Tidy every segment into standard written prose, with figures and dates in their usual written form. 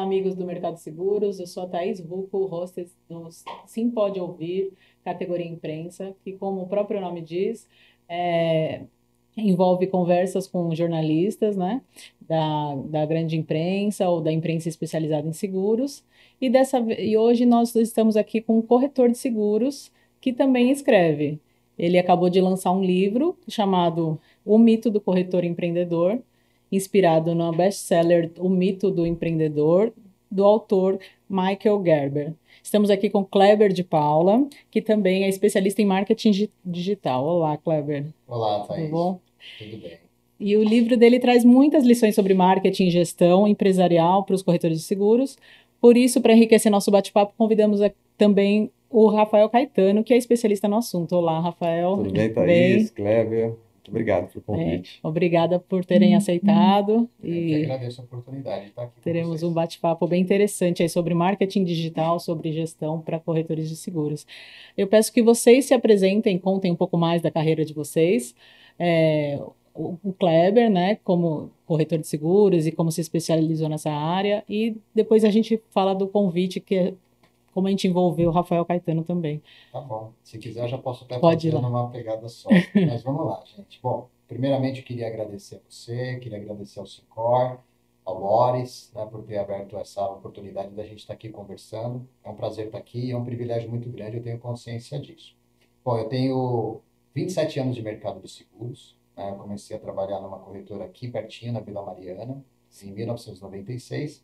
amigos do Mercado de Seguros. Eu sou a Thaís Rucco, hostess do Sim Pode Ouvir, categoria imprensa, que, como o próprio nome diz, é, envolve conversas com jornalistas, né, da grande imprensa ou da imprensa especializada em seguros. E hoje nós estamos aqui com um corretor de seguros que também escreve. Ele acabou de lançar um livro chamado O Mito do Corretor Empreendedor, inspirado no best-seller O Mito do Empreendedor, do autor Michael Gerber. Estamos aqui com Kleber de Paula, que também é especialista em marketing digital. Olá, Kleber. Olá, Tudo Thaís. bom? Tudo bem? E o livro dele traz muitas lições sobre marketing e gestão empresarial para os corretores de seguros. Por isso, para enriquecer nosso bate-papo, convidamos também o Rafael Caetano, que é especialista no assunto. Olá, Rafael. Tudo bem, Bem, Thaís, Kleber? Muito obrigado pelo convite. obrigada por terem aceitado Eu que e agradeço a oportunidade de estar aqui com teremos um vocês. bate-papo bem interessante aí sobre marketing digital, sobre gestão para corretores de seguros. Eu peço que vocês se apresentem, contem um pouco mais da carreira de vocês. É, o Kleber, né, como corretor de seguros e como se especializou nessa área, e depois a gente fala do convite, que é como a gente envolveu o Rafael Caetano também. Tá bom. Se quiser, eu já posso até Pode ir fazer lá. numa pegada só. Mas vamos lá, gente. Bom, primeiramente eu queria agradecer a você, queria agradecer ao Sicor, ao Boris, né, por ter aberto essa oportunidade da gente estar aqui conversando. É um prazer estar aqui, é um privilégio muito grande, eu tenho consciência disso. Bom, eu tenho 27 anos de mercado de seguros, né? Eu comecei a trabalhar numa corretora aqui pertinho, na Vila Mariana, em 1996.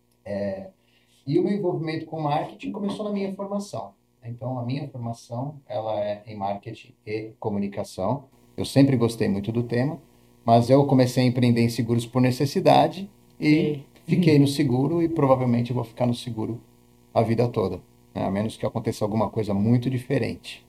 E o meu envolvimento com marketing começou na minha formação. Então, a minha formação, ela é em marketing e comunicação. Eu sempre gostei muito do tema, mas eu comecei a empreender em seguros por necessidade e Ok. fiquei no seguro e provavelmente eu vou ficar no seguro a vida toda, né? A menos que aconteça alguma coisa muito diferente.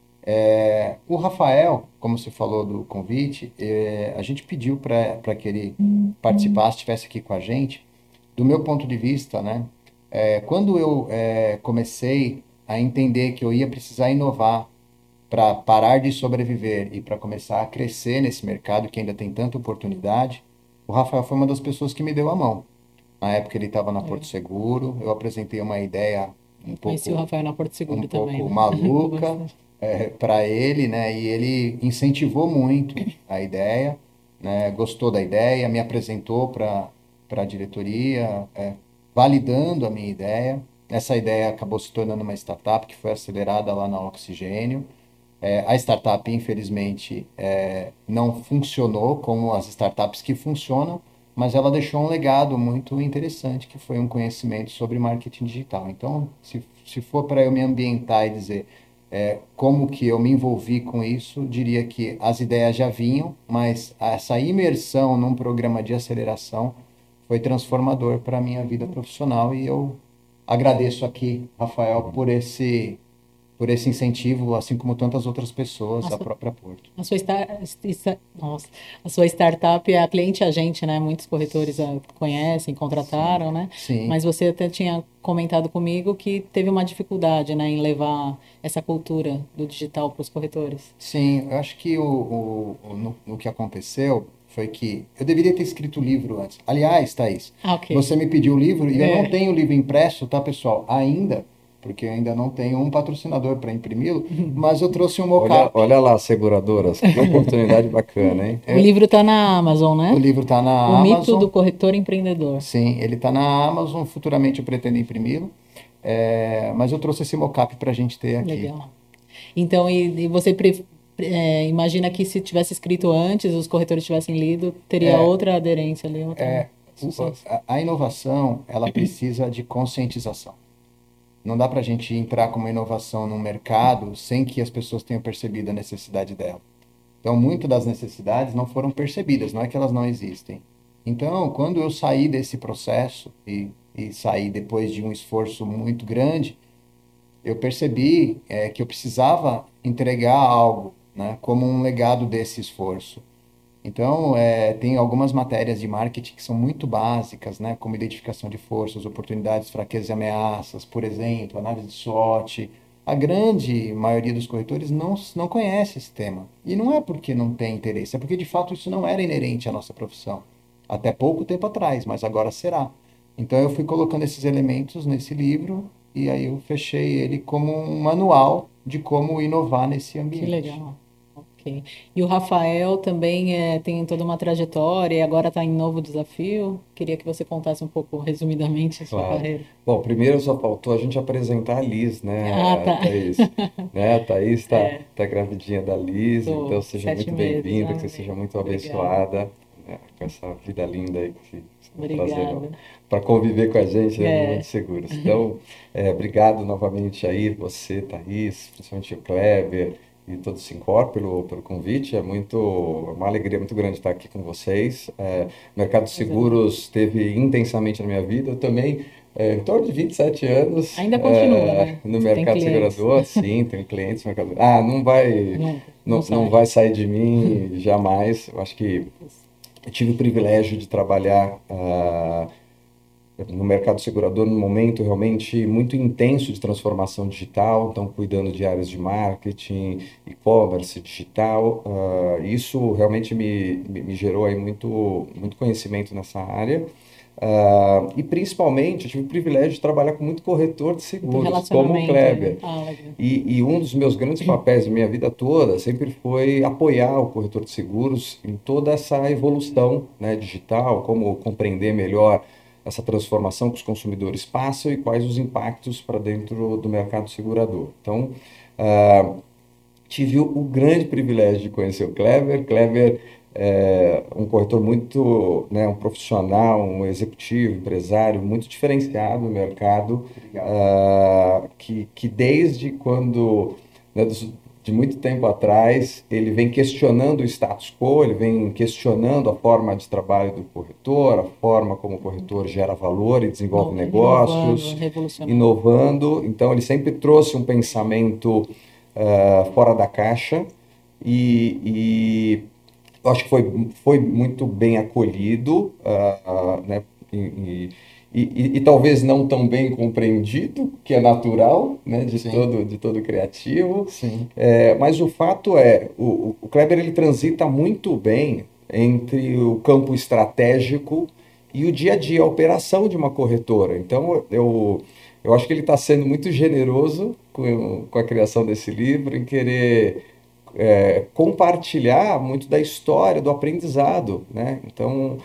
O Rafael, como você falou do convite, a gente pediu para que ele participasse, estivesse aqui com a gente. Do meu ponto de vista, né? Quando eu comecei a entender que eu ia precisar inovar para parar de sobreviver e para começar a crescer nesse mercado que ainda tem tanta oportunidade, o Rafael foi uma das pessoas que me deu a mão. Na época ele estava na Porto É. Seguro, eu apresentei uma ideia um Eu conheci o pouco Rafael na Porto um Seguro também, pouco né? maluca Bastante. para ele, né? E ele incentivou muito a ideia, né? Gostou da ideia, me apresentou para a diretoria, validando a minha ideia. Essa ideia acabou se tornando uma startup que foi acelerada lá na Oxigênio. A startup, infelizmente, não funcionou como as startups que funcionam, mas ela deixou um legado muito interessante, que foi um conhecimento sobre marketing digital. Então, se for para eu me ambientar e dizer como que eu me envolvi com isso, diria que as ideias já vinham, mas essa imersão num programa de aceleração foi transformador para a minha vida profissional e eu agradeço aqui, Rafael, por esse incentivo, assim como tantas outras pessoas, A a sua, própria Porto. nossa, a sua startup é a cliente agente, né? Muitos corretores conhecem, Sim, contrataram, né? sim, Mas você até tinha comentado comigo que teve uma dificuldade, né, em levar essa cultura do digital para os corretores. sim. Eu acho que no que aconteceu foi que eu deveria ter escrito o livro antes. Aliás, Thaís, Ah, ok. você me pediu o livro e eu não É. tenho o livro impresso, tá, pessoal? Ainda, porque eu ainda não tenho um patrocinador para imprimi-lo, mas eu trouxe um Olha, mockup. olha lá, seguradoras, que oportunidade bacana, hein? O livro está na Amazon, O né? livro está O na mito Amazon. do corretor empreendedor. Sim, ele está na Amazon. Futuramente eu pretendo imprimi-lo. Mas eu trouxe esse mockup para a gente ter aqui. Legal. Então, e você imagina que se tivesse escrito antes, os corretores tivessem lido, teria outra aderência ali, outra O- sucesso. a inovação, ela precisa de conscientização. Não dá para a gente entrar com uma inovação no mercado sem que as pessoas tenham percebido a necessidade dela. Então, muitas das necessidades não foram percebidas, não é que elas não existem. Então, quando eu saí desse processo e saí depois de um esforço muito grande, eu percebi que eu precisava entregar algo, né, como um legado desse esforço. Então, tem algumas matérias de marketing que são muito básicas, né, como identificação de forças, oportunidades, fraquezas e ameaças, por exemplo, análise de SWOT. A grande maioria dos corretores não conhece esse tema. E não é porque não tem interesse, é porque de fato isso não era inerente à nossa profissão. Até pouco tempo atrás, mas agora será. Então eu fui colocando esses elementos nesse livro e aí eu fechei ele como um manual de como inovar nesse Que ambiente. legal. Ok. E o Rafael também tem toda uma trajetória e agora está em novo desafio. Queria que você contasse um pouco, resumidamente, a sua Claro. carreira. Bom, primeiro só faltou a gente apresentar a Liz, Ah, né, tá. Thaís? Né, a Thaís É, tá gravidinha da Liz, então tô seja muito 7 meses. bem-vinda, que você seja Amém. muito Obrigada. abençoada, né, com essa vida linda aí que você está trazendo Obrigada. para conviver com a gente, né, no Mundo É, Seguros. Então, obrigado novamente aí, você, Thaís, principalmente o Kleber e todo o Sincor pelo convite. É uma alegria muito grande estar aqui com vocês. O mercado de prazer é meu. seguros esteve intensamente na minha vida. Eu também em torno de 27 anos Ainda continua, né? no Você tem mercado clientes? segurador, sim, tenho clientes no mercado. Ah, não vai, Nunca, não não sai. vai sair de mim jamais. Eu acho que eu tive o privilégio de trabalhar no mercado segurador num momento realmente muito intenso de transformação digital, então cuidando de áreas de marketing, e-commerce digital. Isso realmente me gerou aí muito conhecimento nessa área. E principalmente eu tive o privilégio de trabalhar com muito corretor de Muito seguros, como o relacionamento aí. Kleber. Ah, legal. E um dos meus grandes papéis da minha vida toda sempre foi apoiar o corretor de seguros em toda essa evolução, né, digital, como compreender melhor essa transformação que os consumidores passam e quais os impactos para dentro do mercado segurador. Então, ah, tive o grande privilégio de conhecer o Kleber. Kleber é um corretor muito, né, um profissional, um executivo, empresário muito diferenciado no mercado, Obrigado. que desde quando, né, de muito tempo atrás, ele vem questionando o status quo, ele vem questionando a forma de trabalho do corretor, a forma como o corretor gera valor e desenvolve Inovando, negócios, revolucionário. inovando. Então, ele sempre trouxe um pensamento fora da caixa e eu acho que foi muito bem acolhido, né, e talvez não tão bem compreendido, que é natural, né, Sim, de todo criativo. sim, Mas o fato é, o Kleber ele transita muito bem entre o campo estratégico e o dia a dia, a operação de uma corretora. Então, eu acho que ele está sendo muito generoso com a criação desse livro, em querer compartilhar muito da história, do aprendizado, né? Então,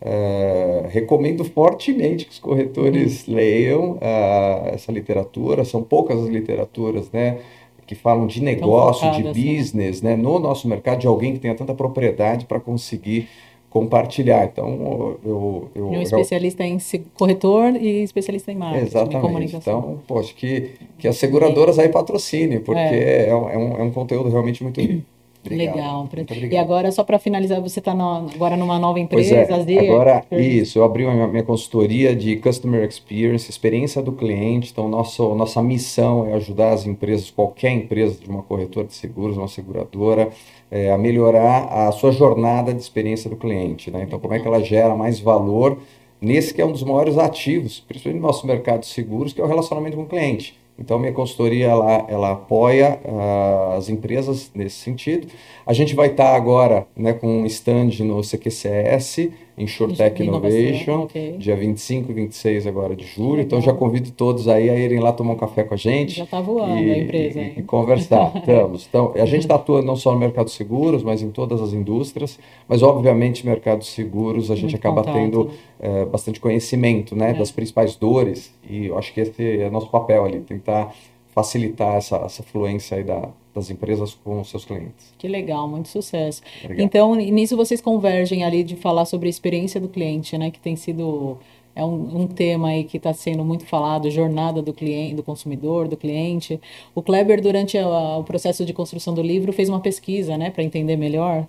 recomendo fortemente que os corretores leiam essa literatura. São poucas as literaturas, né, que falam de Tão negócio, de focado assim, né? business, né, no nosso mercado, de alguém que tenha tanta propriedade para conseguir compartilhar. Então, E um especialista em corretor e especialista em marketing e exatamente. comunicação. Então, pô, acho que as Amém. seguradoras aí patrocinem, porque É, é um conteúdo realmente muito rico. obrigado. legal. Muito E obrigado. agora, só para finalizar, você está agora numa nova Pois empresa, é, a Z agora Experience. isso, eu abri a minha consultoria de Customer Experience, experiência do cliente. Então, nossa missão é ajudar as empresas, qualquer empresa de uma corretora de seguros, uma seguradora, a melhorar a sua jornada de experiência do cliente, né? Então, como é que Legal. ela gera mais valor nesse que é um dos maiores ativos, principalmente no nosso mercado de seguros, que é o relacionamento com o cliente. Então, minha consultoria ela apoia as empresas nesse sentido. A gente vai estar agora, né, com um stand no CQCS, InsurTech Inovação, Innovation, ok. dia 25 e 26 agora de Que julho. Então, já legal. convido todos aí a irem lá tomar um café com a Já gente está voando a empresa, e hein? conversar. Estamos. Então, a gente está atuando não só no mercado de seguros, mas em todas as indústrias. Mas, obviamente, mercado de seguros, a gente Muito acaba contato, tendo né? bastante conhecimento, né, das É. principais dores. E eu acho que esse é nosso papel ali, tentar facilitar essa fluência aí das empresas com os seus clientes. Que legal, muito sucesso. Obrigado. Então, nisso vocês convergem ali de falar sobre a experiência do cliente, né? Que tem sido um tema aí que está sendo muito falado, jornada do cliente, do consumidor, do cliente. O Kleber, durante o processo de construção do livro, fez uma pesquisa, né, para entender melhor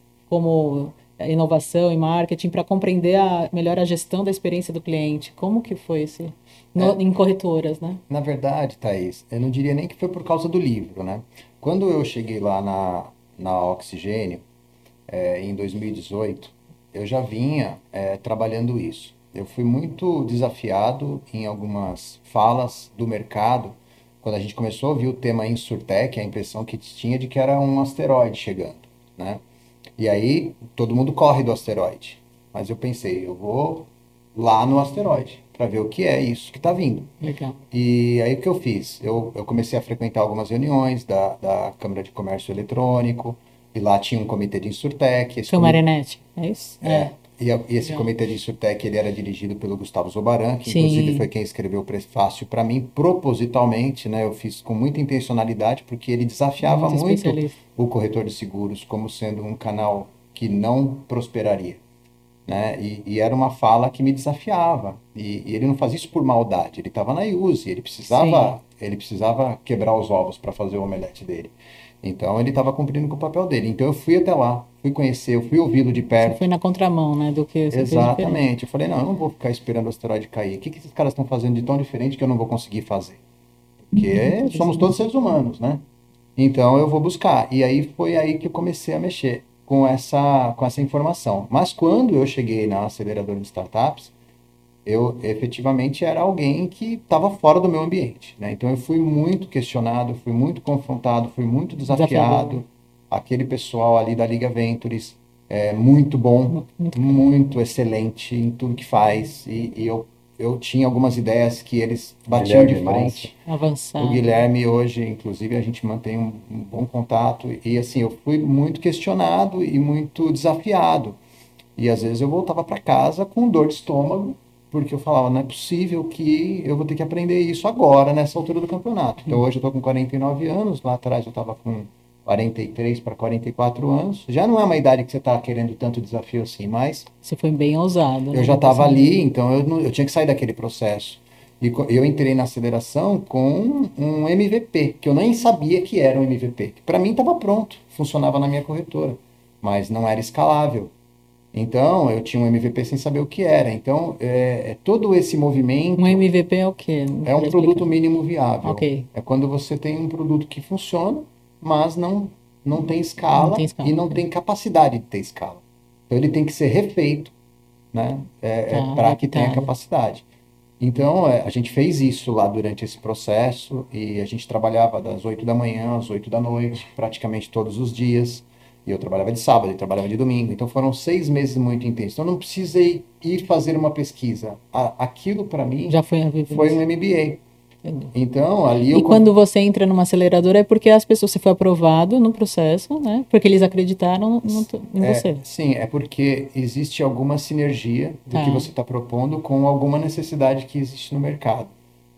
como inovação e marketing, para compreender melhor a gestão da experiência do cliente. Como que foi esse? É, Em corretoras, né? na verdade, Thaís, eu não diria nem que foi por causa do livro, né? Quando eu cheguei lá na Oxigênio, em 2018, eu já vinha trabalhando isso. Eu fui muito desafiado em algumas falas do mercado. Quando a gente começou a ouvir o tema Insurtech, a impressão que tinha de que era um asteroide chegando, né? E aí todo mundo corre do asteroide. Mas eu pensei, eu vou lá no asteroide. para ver o que é isso que está vindo. Legal. E aí o que eu fiz? Eu comecei a frequentar algumas reuniões da Câmara de Comércio Eletrônico, e lá tinha um comitê de Insurtech. Foi Marinete, é isso? E esse Legal. comitê de Insurtech, ele era dirigido pelo Gustavo Zobaran, que Sim. inclusive foi quem escreveu o prefácio para mim, propositalmente, né? Eu fiz com muita intencionalidade, porque ele desafiava Muito muito especialista. o corretor de seguros como sendo um canal que não prosperaria, né? E era uma fala que me desafiava. E ele não fazia isso por maldade, ele estava na IUSE, ele precisava quebrar os ovos para fazer o omelete dele. Então ele estava cumprindo com o papel dele. Então eu fui até lá, fui conhecer, eu fui ouvi-lo de Você perto. foi na contramão, né, do que você fez diferente. Exatamente. Eu falei, não, eu não vou ficar esperando o asteroide cair. O que esses caras estão fazendo de tão diferente que eu não vou conseguir fazer? Porque somos todos seres humanos, né? Então eu vou buscar. E aí foi aí que eu comecei a mexer com essa informação. Mas quando eu cheguei na aceleradora de startups, eu efetivamente era alguém que estava fora do meu ambiente, né? Então eu fui muito questionado, fui muito confrontado, fui muito desafiado. Aquele pessoal ali da Liga Ventures é muito bom, muito excelente em tudo que faz. E eu tinha algumas ideias que eles batiam de frente. O Avançado. Guilherme hoje, inclusive, a gente mantém um bom contato. E assim, eu fui muito questionado e muito desafiado. E às vezes eu voltava para casa com dor de estômago, porque eu falava, não é possível que eu vou ter que aprender isso agora, nessa altura do campeonato. Então hoje eu estou com 49 anos, lá atrás eu estava com 43 para 44 anos. Já não é uma idade que você está querendo tanto desafio assim, mas Você foi bem ousado, né? eu já estava ali, então eu tinha que sair daquele processo. E eu entrei na aceleração com um MVP, que eu nem sabia que era um MVP. Para mim estava pronto, funcionava na minha corretora, mas não era escalável. Então, eu tinha um MVP sem saber o que era. Então, todo esse movimento Um MVP é o quê? é um produto mínimo viável. Ok. É quando você tem um produto que funciona, mas não tem escala, Não tem escala, e não ok. tem capacidade de ter escala. Então, ele tem que ser refeito, né, para que tenha adaptado. capacidade. Então, a gente fez isso lá durante esse processo e a gente trabalhava das 8 da manhã às 8 da noite, praticamente todos os dias. E eu trabalhava de sábado, e trabalhava de domingo. Então foram 6 meses muito intensos. Então eu não precisei ir fazer uma pesquisa. Aquilo para mim Já foi a vivência. foi um MBA. Entendi. Então ali E quando você entra numa aceleradora é porque as pessoas, você foi aprovado no processo, né? Porque eles acreditaram em você. Sim, é porque existe alguma sinergia do que você está propondo com alguma necessidade que existe no mercado.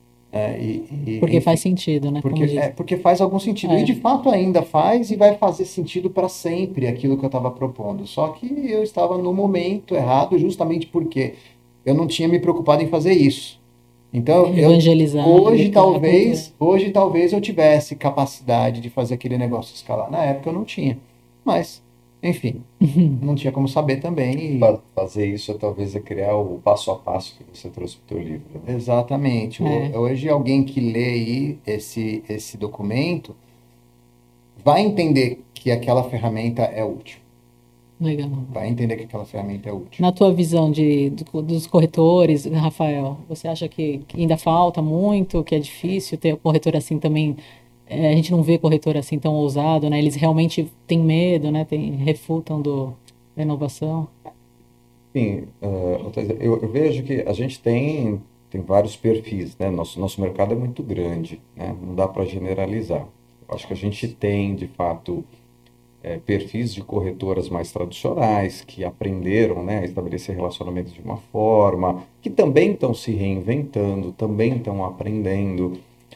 Porque Enfim, faz sentido, né? Como diz. porque faz algum sentido. E de fato ainda faz e vai fazer sentido para sempre aquilo que eu estava propondo. Só que eu estava no momento errado justamente porque eu não tinha me preocupado em fazer isso. Então, Evangelizar. hoje talvez eu tivesse capacidade de fazer aquele negócio escalar. Na época eu não tinha. Mas, enfim, não tinha como saber também. Fazer isso talvez é criar o passo a passo que você trouxe para o teu livro, né? Exatamente. Hoje alguém que lê aí esse documento vai entender que aquela ferramenta é útil. Legal. Vai entender que aquela ferramenta é útil. Na tua visão dos corretores, Rafael, você acha que ainda falta muito, que é difícil ter corretor assim também? A gente não vê corretor assim tão ousado, né? Eles realmente têm medo, né? Refutam da inovação. Sim, eu vejo que a gente tem vários perfis, né? Nosso mercado é muito grande, né? Não dá para generalizar. Eu acho que a gente tem, de fato, perfis de corretoras mais tradicionais, que aprenderam, né, a estabelecer relacionamentos de uma forma, que também estão se reinventando, também estão aprendendo,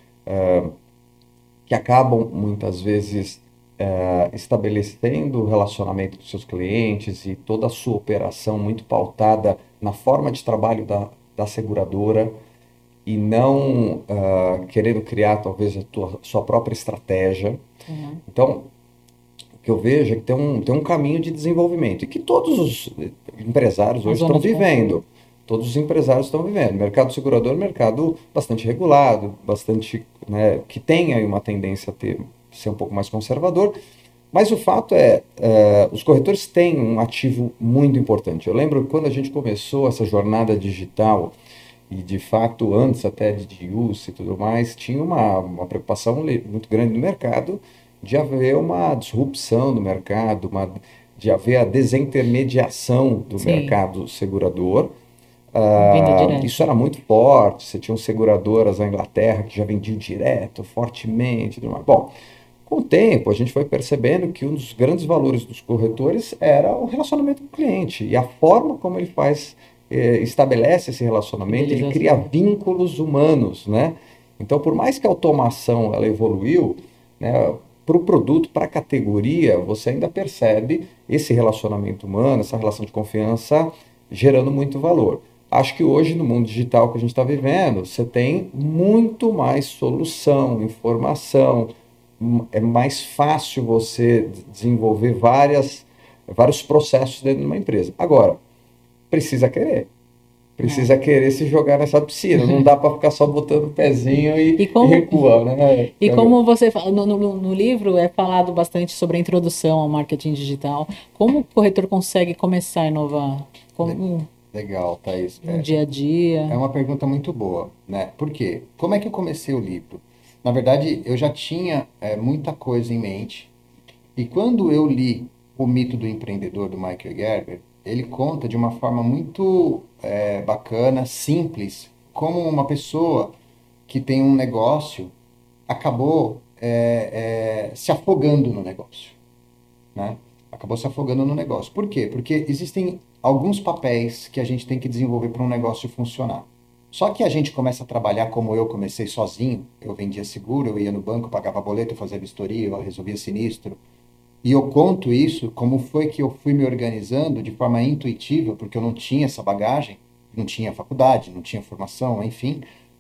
que acabam muitas vezes estabelecendo o relacionamento com seus clientes e toda a sua operação muito pautada na forma de trabalho da seguradora e não querendo criar talvez sua própria estratégia. Uhum. Então, que eu vejo é que tem um caminho de desenvolvimento e que todos os empresários hoje estão vivendo. Todos os empresários estão vivendo. O mercado segurador é um mercado bastante regulado, bastante, né, que tem aí uma tendência a ser um pouco mais conservador. Mas o fato os corretores têm um ativo muito importante. Eu lembro que quando a gente começou essa jornada digital, e de fato antes até de use e tudo mais, tinha uma preocupação muito grande no mercado de haver uma disrupção do mercado, de haver a desintermediação do mercado segurador, Venda direta. Isso era muito forte, você tinha seguradoras na Inglaterra que já vendiam direto, fortemente, tudo mais. Bom, com o tempo, a gente foi percebendo que um dos grandes valores dos corretores era o relacionamento com o cliente e a forma como ele estabelece esse relacionamento, ele cria Fidelização. vínculos humanos, né? Então, por mais que a automação ela evoluiu, né, para o produto, para a categoria, você ainda percebe esse relacionamento humano, essa relação de confiança gerando muito valor. Acho que hoje, no mundo digital que a gente está vivendo, você tem muito mais solução, informação, é mais fácil você desenvolver vários processos dentro de uma empresa. Agora, precisa querer. Precisa querer se jogar nessa piscina. Não dá para ficar só botando o pezinho E e como, recuar, né? e como você fala, no livro é falado bastante sobre a introdução ao marketing digital. Como o corretor consegue começar a inovar? Como Legal, Thaís. no dia a É dia? uma pergunta muito boa, né? Por quê? Como é que eu comecei o livro? Na verdade, eu já tinha muita coisa em mente. E quando eu li O Mito do Empreendedor, do Michael Gerber, ele conta de uma forma muito bacana, simples, como uma pessoa que tem um negócio acabou se afogando no negócio, né? Acabou se afogando no negócio. Por quê? Porque existem alguns papéis que a gente tem que desenvolver para um negócio funcionar. Só que a gente começa a trabalhar como eu comecei sozinho. Eu vendia seguro, eu ia no banco, pagava boleto, fazia vistoria, eu resolvia sinistro. E eu conto isso como foi que eu fui me organizando de forma intuitiva, porque eu não tinha essa bagagem, não tinha faculdade, não tinha formação, enfim.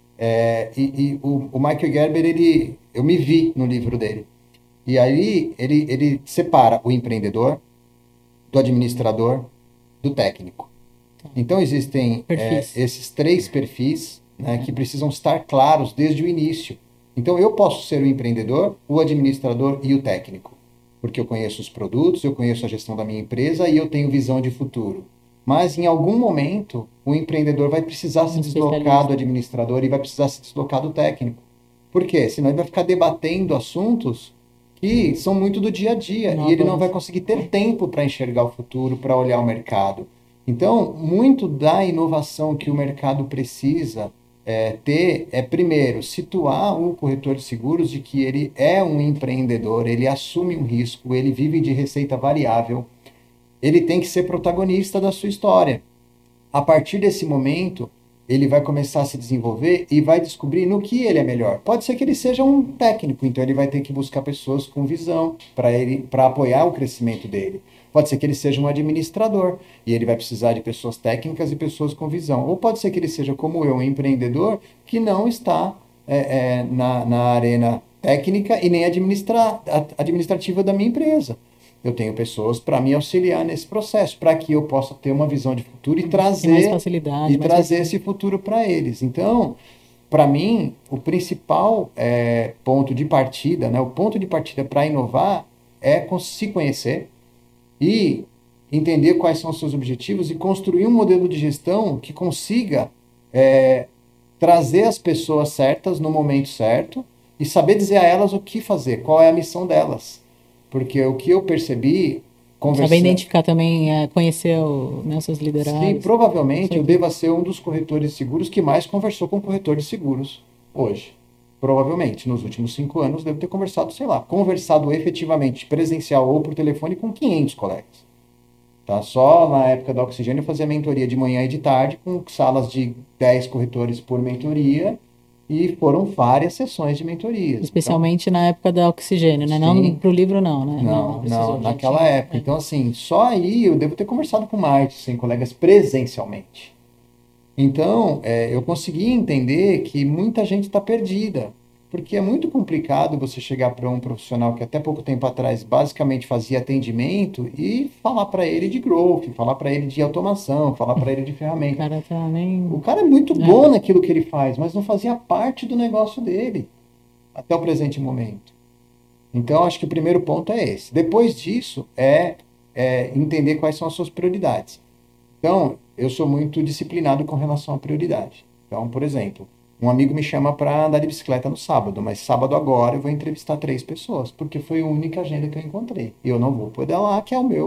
O Michael Gerber, eu me vi no livro dele. E aí ele separa o empreendedor do administrador, do técnico. Então existem Perfis. esses três perfis, né, que precisam estar claros desde o início. Então eu posso ser o empreendedor, o administrador e o técnico, porque eu conheço os produtos, eu conheço a gestão da minha empresa e eu tenho visão de futuro. Mas em algum momento o empreendedor vai precisar Um se deslocar do especialista. administrador e vai precisar se deslocar do técnico. Por quê? Senão ele vai ficar debatendo assuntos que são muito do dia a dia Não e ele não vai avança. conseguir ter tempo para enxergar o futuro, para olhar o mercado. Então, muito da inovação que o mercado precisa ter é, primeiro, situar o corretor de seguros de que ele é um empreendedor, ele assume um risco, ele vive de receita variável, ele tem que ser protagonista da sua história. A partir desse momento, ele vai começar a se desenvolver e vai descobrir no que ele é melhor. Pode ser que ele seja um técnico, então ele vai ter que buscar pessoas com visão para apoiar o crescimento dele. Pode ser que ele seja um administrador e ele vai precisar de pessoas técnicas e pessoas com visão. Ou pode ser que ele seja como eu, um empreendedor que não está na arena técnica e nem administrativa da minha empresa. Eu tenho pessoas para me auxiliar nesse processo, para que eu possa ter uma visão de futuro e Tem mais trazer facilidade, mais esse futuro para eles. Então, para mim, o principal ponto de partida, né, o ponto de partida para inovar é se conhecer e entender quais são os seus objetivos e construir um modelo de gestão que consiga trazer as pessoas certas no momento certo e saber dizer a elas o que fazer, qual é a missão delas. Porque o que eu percebi, saber conversando. identificar também, conhecer né, os seus Sim, liderados. provavelmente eu Isso deva ser um dos corretores de seguros que mais conversou com corretor de seguros hoje. Provavelmente, nos últimos 5 anos, devo ter conversado, sei lá, conversado efetivamente, presencial ou por telefone, com 500 colegas. Tá? Só na época da Oxigênio eu fazia mentoria de manhã e de tarde, com salas de 10 corretores por mentoria, e foram várias sessões de mentorias. Então, especialmente na época da Oxigênio, né? Não sim, para o livro, não, né? Não, não, precisou, já naquela tinha. época. Então, assim, só aí eu devo ter conversado com mais de 100 colegas presencialmente. Então, eu consegui entender que muita gente está perdida, porque é muito complicado você chegar para um profissional que até pouco tempo atrás basicamente fazia atendimento e falar para ele de growth, falar para ele de automação, falar para ele de O ferramenta. cara tá O nem. cara é muito É, bom naquilo que ele faz, mas não fazia parte do negócio dele até o presente momento. Então, acho que o primeiro ponto é esse. Depois disso, entender quais são as suas prioridades. Então, eu sou muito disciplinado com relação à prioridade. Então, por exemplo, um amigo me chama para andar de bicicleta no sábado, mas sábado agora eu vou entrevistar 3 pessoas, porque foi a única agenda que eu encontrei. E eu não vou poder lá, que é o meu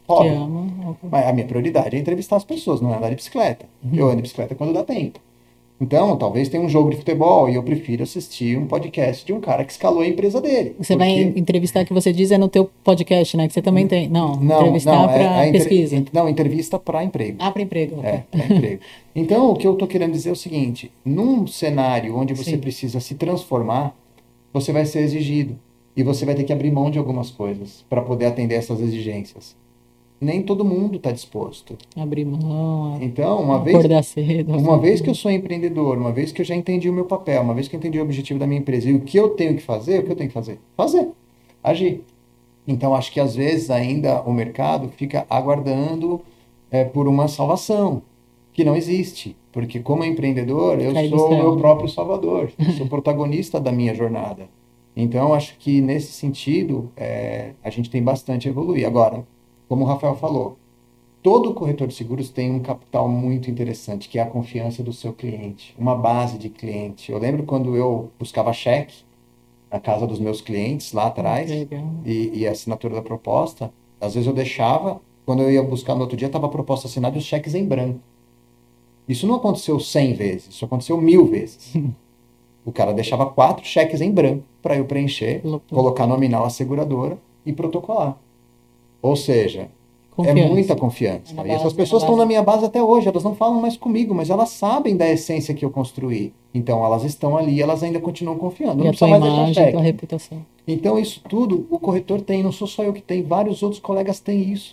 Que hobby. ama. Mas a minha prioridade é entrevistar as pessoas, não é andar de bicicleta. Eu ando de bicicleta quando dá tempo. Então, talvez tenha um jogo de futebol e eu prefiro assistir um podcast de um cara que escalou a empresa dele. Você vai entrevistar, que você diz, é no teu podcast, né? Que você também tem. Não, entrevistar para pesquisa. Não, entrevista para emprego. Ah, para emprego. É, para emprego. Então, o que eu estou querendo dizer é o seguinte, num cenário onde você precisa se transformar, você vai ser exigido. E você vai ter que abrir mão de algumas coisas para poder atender essas exigências. Nem todo mundo está disposto. Abrir mão, então, acordar cedo. Uma vez que eu sou empreendedor, uma vez que eu já entendi o meu papel, uma vez que eu entendi o objetivo da minha empresa e o que eu tenho que fazer, Fazer. Agir. Então, acho que às vezes ainda o mercado fica aguardando por uma salvação, que não existe. Porque como empreendedor, eu sou o meu próprio salvador. Eu sou protagonista da minha jornada. Então, acho que nesse sentido, a gente tem bastante a evoluir. Agora, como o Rafael falou, todo corretor de seguros tem um capital muito interessante, que é a confiança do seu cliente, uma base de cliente. Eu lembro quando eu buscava cheque na casa dos meus clientes lá atrás, e a assinatura da proposta, às vezes eu deixava, quando eu ia buscar no outro dia, estava a proposta assinada e os cheques em branco. Isso não aconteceu 100 vezes, isso aconteceu 1000 vezes. O cara deixava 4 cheques em branco para eu preencher, colocar nominal a seguradora e protocolar. Ou seja, é muita confiança. E essas pessoas estão na minha base até hoje, elas não falam mais comigo, mas elas sabem da essência que eu construí. Então, elas estão ali, elas ainda continuam confiando. Não precisa mais deixar cheque. A reputação. Então, isso tudo o corretor tem, não sou só eu que tenho, vários outros colegas têm isso.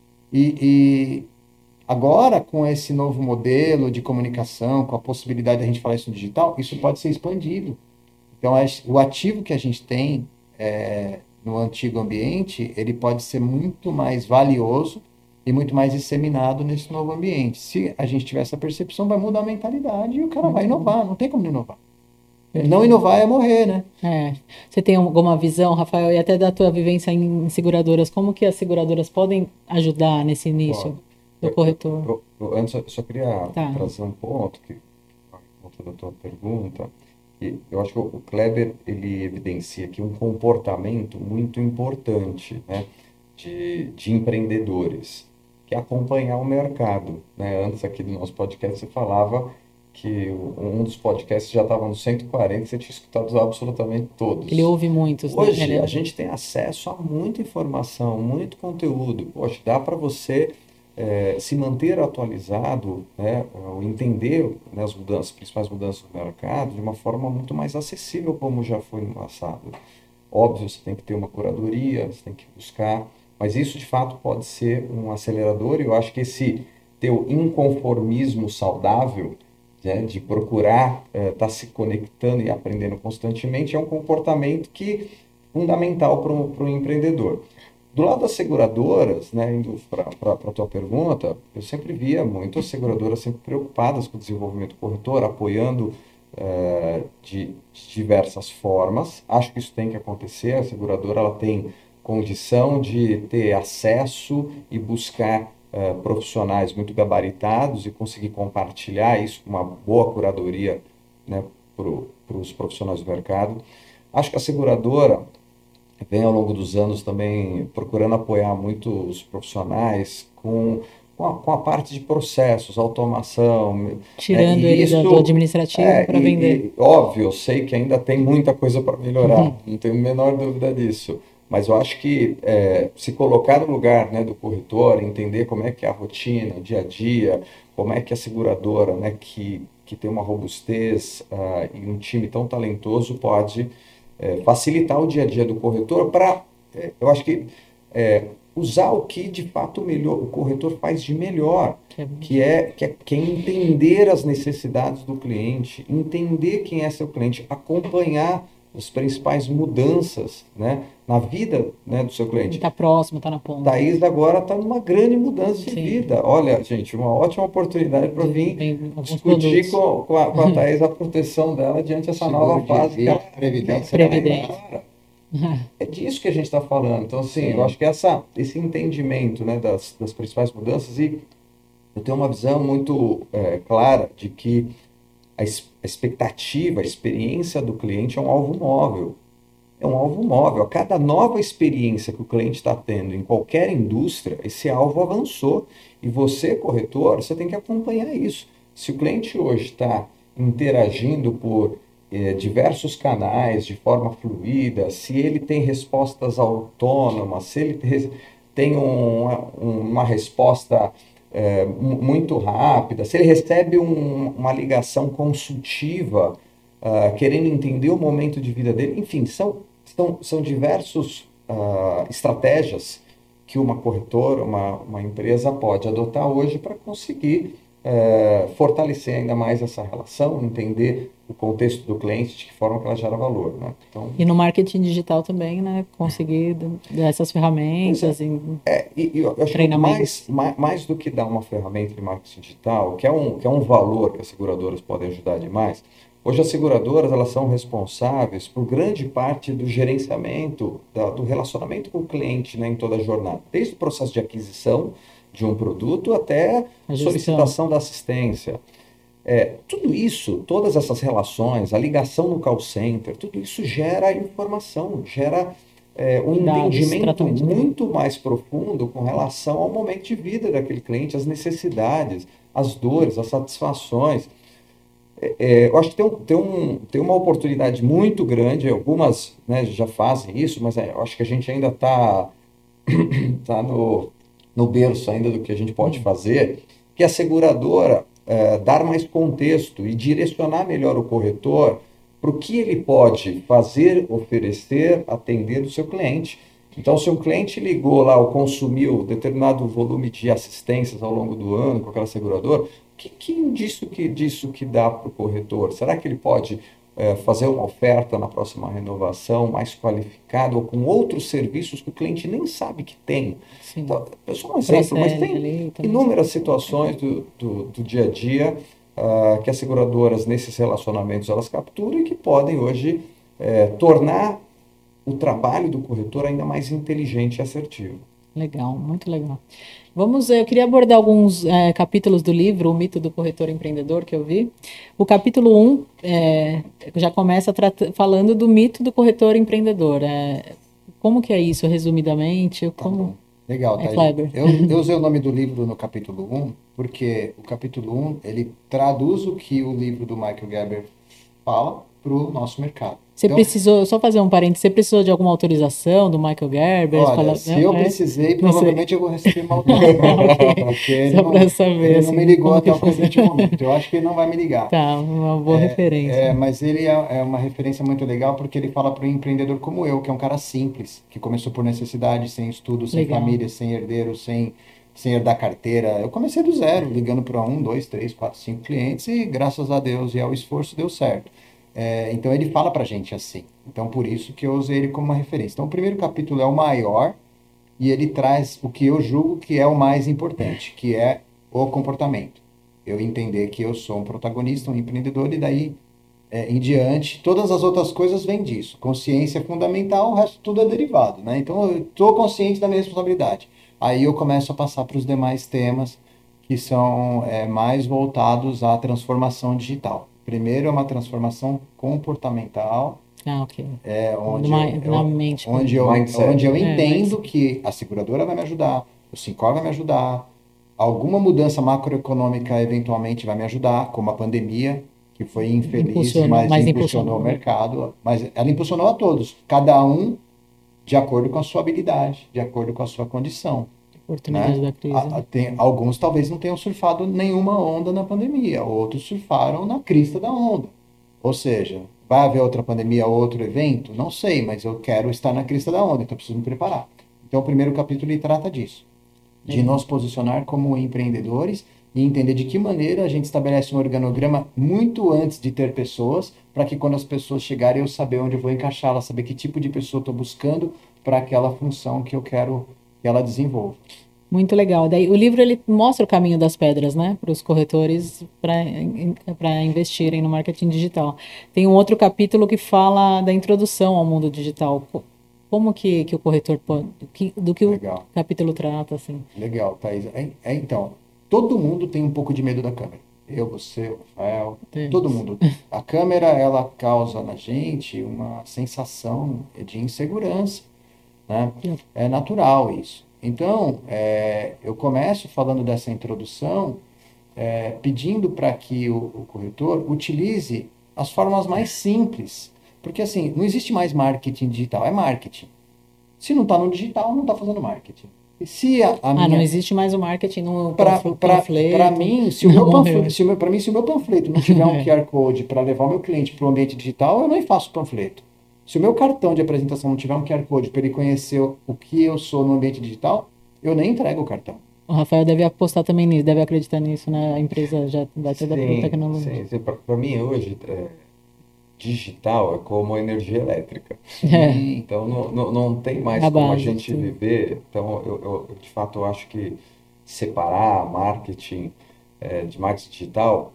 E agora, com esse novo modelo de comunicação, com a possibilidade de a gente falar isso no digital, isso pode ser expandido. Então, o ativo que a gente tem no antigo ambiente, ele pode ser muito mais valioso e muito mais disseminado nesse novo ambiente. Se a gente tiver essa percepção, vai mudar a mentalidade e o cara vai inovar, não tem como não inovar. Não inovar é morrer, né? Você tem alguma visão, Rafael, e até da tua vivência em seguradoras, como que as seguradoras podem ajudar nesse início do corretor? Antes, eu só queria trazer um ponto, da tua pergunta. Eu acho que o Kleber, ele evidencia aqui um comportamento muito importante, né, de empreendedores, que é acompanhar o mercado, né? Antes aqui do nosso podcast você falava que um dos podcasts já estava nos 140, você tinha escutado absolutamente todos. Ele ouve muitos. Hoje, né? A gente tem acesso a muita informação, muito conteúdo. Poxa, dá para você se manter atualizado, né, ou entender, né, as principais mudanças do mercado de uma forma muito mais acessível, como já foi no passado. Óbvio, você tem que ter uma curadoria, você tem que buscar, mas isso de fato pode ser um acelerador, e eu acho que esse teu inconformismo saudável, né, de procurar estar se conectando e aprendendo constantemente, é um comportamento fundamental para um empreendedor. Do lado das seguradoras, né, indo para a tua pergunta, eu sempre via muito as seguradoras sempre preocupadas com o desenvolvimento do corretor, apoiando de diversas formas. Acho que isso tem que acontecer. A seguradora ela tem condição de ter acesso e buscar profissionais muito gabaritados e conseguir compartilhar isso com uma boa curadoria, né, para os profissionais do mercado. Acho que a seguradora vem ao longo dos anos também procurando apoiar muito os profissionais com a parte de processos, automação. Tirando eles do administrativo para vender. Óbvio, eu sei que ainda tem muita coisa para melhorar, não tenho a menor dúvida disso. Mas eu acho que se colocar no lugar, né, do corretor, entender como é que é a rotina, o dia a dia, como é que a seguradora, né, que tem uma robustez e um time tão talentoso pode facilitar o dia a dia do corretor para, eu acho que, usar o que de fato o corretor faz de melhor, que é entender as necessidades do cliente, entender quem é seu cliente, acompanhar as principais mudanças, né, na vida, né, do seu cliente. Está próximo, está na ponta. Thaís agora está numa grande mudança de vida. Olha, gente, uma ótima oportunidade para vir discutir com a Thaís a proteção dela diante dessa nova fase que ela Previdência. É disso que a gente está falando. Então, assim, eu acho que esse entendimento, né, das principais mudanças, e eu tenho uma visão muito clara de que a expectativa, a experiência do cliente é um alvo móvel. é um alvo móvel. A cada nova experiência que o cliente está tendo em qualquer indústria, esse alvo avançou. E você, corretor, você tem que acompanhar isso. Se o cliente hoje está interagindo por diversos canais de forma fluida, se ele tem respostas autônomas, se ele tem uma resposta muito rápida, se ele recebe uma ligação consultiva, querendo entender o momento de vida dele, enfim, são diversos estratégias que uma corretora, uma empresa pode adotar hoje para conseguir fortalecer ainda mais essa relação, entender o contexto do cliente, de que forma que ela gera valor, né? Então, E no marketing digital também, né? Conseguir dar essas ferramentas e e eu acho que treinamentos. mais do que dar uma ferramenta de marketing digital, que é um valor que as seguradoras podem ajudar demais, hoje as seguradoras elas são responsáveis por grande parte do gerenciamento, do relacionamento com o cliente, né, em toda a jornada, desde o processo de aquisição de um produto até A gestão. solicitação da assistência. Tudo isso, todas essas relações, a ligação no call center, tudo isso gera informação, gera um Dados, entendimento tratamento de dados. muito mais profundo com relação ao momento de vida daquele cliente, as necessidades, as dores, as satisfações. Eu acho que tem uma oportunidade muito grande, algumas, né, já fazem isso, mas eu acho que a gente ainda está tá no berço ainda do que a gente pode fazer, que a seguradora dar mais contexto e direcionar melhor o corretor para o que ele pode fazer, oferecer, atender o seu cliente. Então, se um cliente ligou lá ou consumiu determinado volume de assistências ao longo do ano com aquela seguradora, que indício disso que dá para o corretor? Será que ele pode fazer uma oferta na próxima renovação mais qualificada ou com outros serviços que o cliente nem sabe que tem? Sim. Então, é só um exemplo, mas Cross-selling tem ali também. inúmeras situações do dia a dia que as seguradoras, nesses relacionamentos, elas capturam e que podem hoje tornar o trabalho do corretor ainda mais inteligente e assertivo. Legal, muito legal. Eu queria abordar alguns capítulos do livro, O Mito do Corretor Empreendedor, que eu vi. O capítulo 1 já começa falando do mito do corretor empreendedor. Como que é isso, resumidamente? Como... Legal, Thaís. Kleber. Eu usei o nome do livro no capítulo 1, porque o capítulo 1, ele traduz o que o livro do Michael Gerber fala para o nosso mercado. Você precisou, só fazer um parênteses, você precisou de alguma autorização do Michael Gerber? Olha, se eu precisei, provavelmente eu vou receber uma autorização. Porque ele não me ligou até o presente momento. Eu acho que ele não vai me ligar. Tá, uma boa referência. Mas ele é uma referência muito legal porque ele fala para um empreendedor como eu, que é um cara simples, que começou por necessidade, sem estudo, sem família, sem herdeiro, sem herdar carteira. Eu comecei do zero, ligando para 1, 2, 3, 4, 5 clientes e graças a Deus e ao esforço deu certo. Então ele fala pra gente assim. Então por isso que eu usei ele como uma referência. Então o primeiro capítulo é o maior e ele traz o que eu julgo que é o mais importante, que é o comportamento. Eu entender que eu sou um protagonista, um empreendedor e daí em diante todas as outras coisas vêm disso. Consciência é fundamental, o resto tudo é derivado, né? Então eu estou consciente da minha responsabilidade. Aí eu começo a passar para os demais temas que são mais voltados à transformação digital. Primeiro é uma transformação comportamental, ok. Onde eu entendo que a seguradora vai me ajudar, o Sincor vai me ajudar, alguma mudança macroeconômica eventualmente vai me ajudar, como a pandemia, que foi infeliz, mas impulsionou o mercado. Mas ela impulsionou a todos, cada um de acordo com a sua habilidade, de acordo com a sua condição. Oportunidade da crise. Alguns talvez não tenham surfado nenhuma onda na pandemia, outros surfaram na crista da onda. Ou seja, vai haver outra pandemia, outro evento? Não sei, mas eu quero estar na crista da onda, então eu preciso me preparar. Então o primeiro capítulo ele trata disso, de nos posicionar como empreendedores e entender de que maneira a gente estabelece um organograma muito antes de ter pessoas, para que quando as pessoas chegarem eu saber onde eu vou encaixá-las, saber que tipo de pessoa estou buscando para aquela função que eu quero que ela desenvolva. Muito legal. Daí o livro ele mostra o caminho das pedras, né, para os corretores para investirem no marketing digital. Tem um outro capítulo que fala da introdução ao mundo digital. Como que o corretor pode, do que Legal. O capítulo trata assim? Legal, Thaís. Então, todo mundo tem um pouco de medo da câmera. Eu, você, o Rafael, Deus. todo mundo. A câmera, ela causa na gente uma sensação de insegurança, né? É natural isso. Então, eu começo falando dessa introdução, pedindo para que o corretor utilize as formas mais simples. Porque, assim, não existe mais marketing digital, é marketing. Se não está no digital, não está fazendo marketing. E se a Não minha. existe mais o marketing no Para panfleto. mim, se o meu Morreu. panfleto, se o meu panfleto não tiver um QR Code para levar o meu cliente para o ambiente digital, eu nem faço panfleto. Se o meu cartão de apresentação não tiver um QR Code para ele conhecer o que eu sou no ambiente digital, eu nem entrego o cartão. O Rafael deve apostar também nisso, deve acreditar nisso, né? A empresa já vai ter da Sim, tecnologia. sim. Para mim hoje, digital é como energia elétrica. É, Então não tem mais a como a base, gente sim. viver. Então de fato eu acho que separar marketing de marketing digital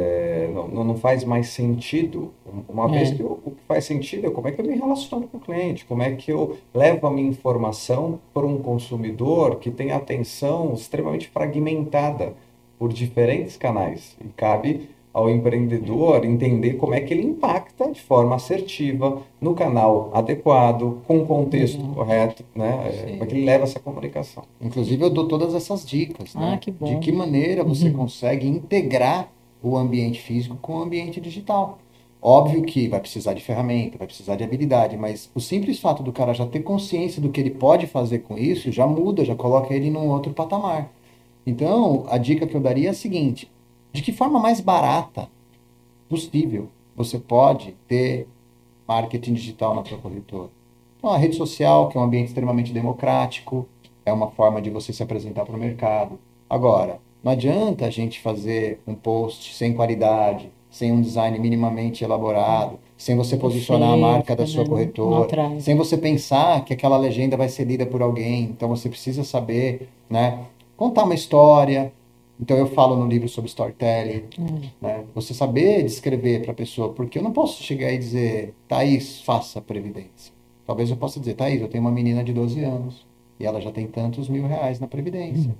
não faz mais sentido. Uma vez É, que o que faz sentido é como é que eu me relaciono com o cliente, como é que eu levo a minha informação para um consumidor que tem atenção extremamente fragmentada por diferentes canais. E cabe ao empreendedor entender como é que ele impacta de forma assertiva no canal adequado, com o contexto legal. correto, né? Como é que ele leva essa comunicação. Inclusive, eu dou todas essas dicas, Ah, né? que De bom. que maneira você consegue integrar o ambiente físico com o ambiente digital. Óbvio que vai precisar de ferramenta, vai precisar de habilidade, mas o simples fato do cara já ter consciência do que ele pode fazer com isso já muda, já coloca ele num outro patamar. Então, a dica que eu daria é a seguinte: de que forma mais barata possível você pode ter marketing digital na sua corretora? Então, a rede social, que é um ambiente extremamente democrático, é uma forma de você se apresentar para o mercado. Agora, não adianta a gente fazer um post sem qualidade, sem um design minimamente elaborado, sem você Fica posicionar a feio, marca da fica, sua né? Não corretora, atrai. sem você pensar que aquela legenda vai ser lida por alguém. Então, você precisa saber, né, contar uma história. Então, eu falo no livro sobre storytelling, né? Você saber descrever para a pessoa, porque eu não posso chegar e dizer, Thaís, faça a previdência. Talvez eu possa dizer, Thaís, eu tenho uma menina de 12 anos e ela já tem tantos mil reais na previdência.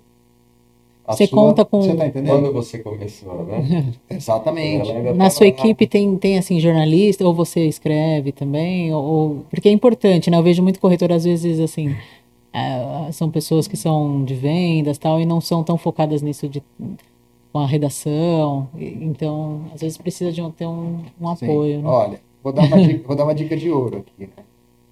A Você sua, conta você está com. entendendo? Quando você começou, né? Quando ela Exatamente. ainda Na estava sua lá. equipe tem assim, jornalista, ou você escreve também, porque é importante, né? Eu vejo muito corretor, às vezes, assim, são pessoas que são de vendas tal, e não são tão focadas nisso com a redação. Então, às vezes precisa ter um Sim. apoio, né? Olha, vou dar uma dica de ouro aqui, né?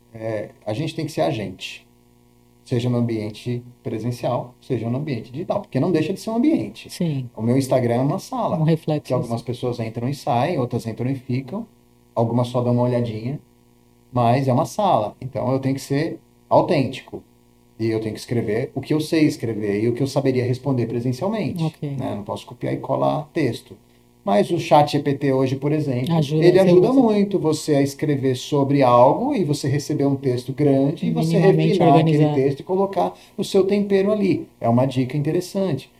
A gente tem que ser agente, seja no ambiente presencial, seja no ambiente digital, porque não deixa de ser um ambiente. Sim, O meu Instagram é uma um sala, que reflexo algumas assim. pessoas entram e saem, outras entram e ficam, algumas só dão uma olhadinha, mas é uma sala. Então eu tenho que ser autêntico. E eu tenho que escrever o que eu sei escrever e o que eu saberia responder presencialmente, Ok. né? Não posso copiar e colar texto. Mas o chat GPT hoje, por exemplo, Ajuda, ele você ajuda usa. muito você a escrever sobre algo e você receber um texto grande e você Minimamente refinar aquele organizado. texto e colocar o seu tempero ali. É uma dica interessante.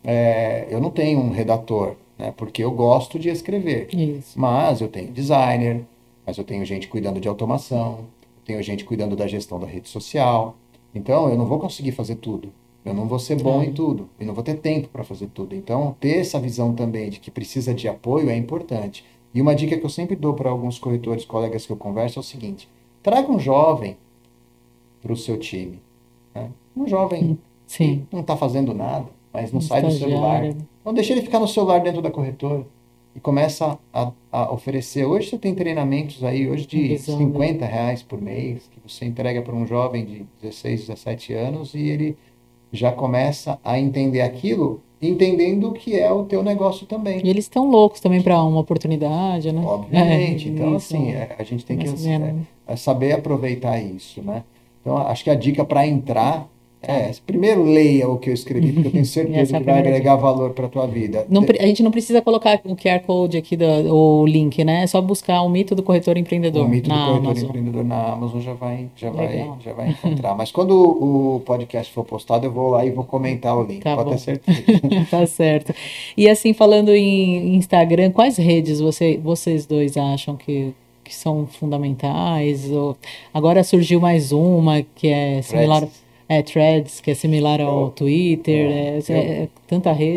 Eu não tenho um redator, né? Porque eu gosto de escrever. Isso. Mas eu tenho designer, mas eu tenho gente cuidando de automação, eu tenho gente cuidando da gestão da rede social. Então, eu não vou conseguir fazer tudo. Eu não vou ser bom em Claro. tudo. E não vou ter tempo para fazer tudo. Então, ter essa visão também de que precisa de apoio é importante. E uma dica que eu sempre dou para alguns corretores, colegas que eu converso, é o seguinte: traga um jovem para o seu time, né? Um jovem que Sim, não está fazendo nada, mas não um sai do celular. estagiário, Então, deixa ele ficar no celular dentro da corretora e começa a oferecer. Hoje você tem treinamentos aí, hoje com de visão mesmo. R$ 50 por mês, que você entrega para um jovem de 16, 17 anos e ele já começa a entender aquilo, entendendo que é o teu negócio também. E eles estão loucos também para uma oportunidade, né? Obviamente. Então, Isso, assim, a gente tem que começa vendo. saber aproveitar isso, né? Então, acho que a dica para entrar Tá. primeiro leia o que eu escrevi, porque eu tenho E certeza essa é a que vai primeira dica. agregar valor para a tua vida. A gente não precisa colocar o QR Code aqui, o link, né? É só buscar o mito do corretor O empreendedor mito do na corretor Amazon. empreendedor na Amazon Legal. já vai encontrar. Mas quando o podcast for postado, eu vou lá e vou comentar o link, Tá pode ter bom. certeza. Tá certo. E assim, falando em Instagram, quais redes vocês dois acham que são fundamentais? Agora surgiu mais uma que é similar, Threads. Threads, que é similar ao Eu, Twitter, é, eu, tanta rede.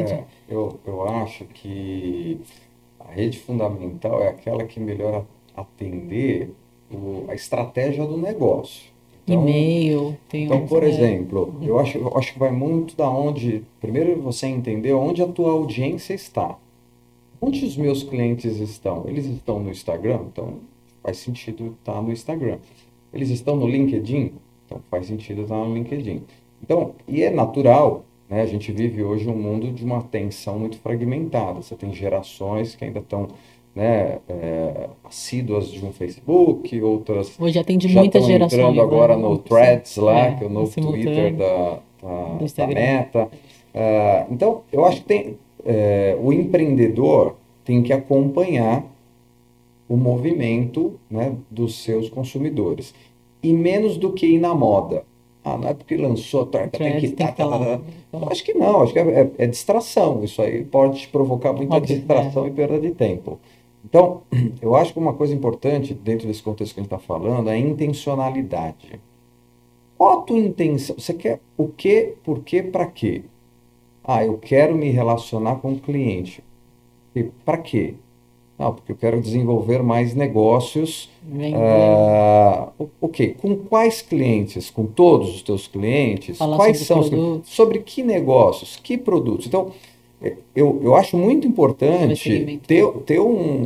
eu acho que a rede fundamental é aquela que melhor atender a estratégia do negócio. Então, E-mail, tem então, uns. por exemplo, eu acho que vai muito da onde, primeiro você entender onde a tua audiência está. Onde os meus clientes estão? Eles estão no Instagram? Então faz sentido estar no Instagram. Eles estão no LinkedIn? Então faz sentido estar no LinkedIn. Então, e é natural, né? A gente vive hoje um mundo de uma atenção muito fragmentada. Você tem gerações que ainda estão, né, assíduas de um Facebook, outras Hoje atende já muitas estão entrando gerações, agora né? no Threads lá, que é o No novo Twitter simultâneo do da Instagram. Meta. Então, eu acho que o empreendedor tem que acompanhar o movimento, né, dos seus consumidores. E menos do que ir na moda. Ah, não é porque lançou, tem que Threads tem que estar lá. Eu acho que não, acho que é distração. Isso aí pode te provocar muita Óbvio, distração e perda de tempo. Então, eu acho que uma coisa importante dentro desse contexto que a gente está falando é a intencionalidade. Qual a tua intenção? Você quer o quê, por quê, para quê? Ah, eu quero me relacionar com o cliente. E para quê? Não, porque eu quero desenvolver mais negócios. vender, Ok, com quais clientes? Com todos os teus clientes? falar Quais sobre os são os clientes? produtos, Sobre que negócios? Que produtos? Então, eu acho muito saber importante ter, segmentar. ter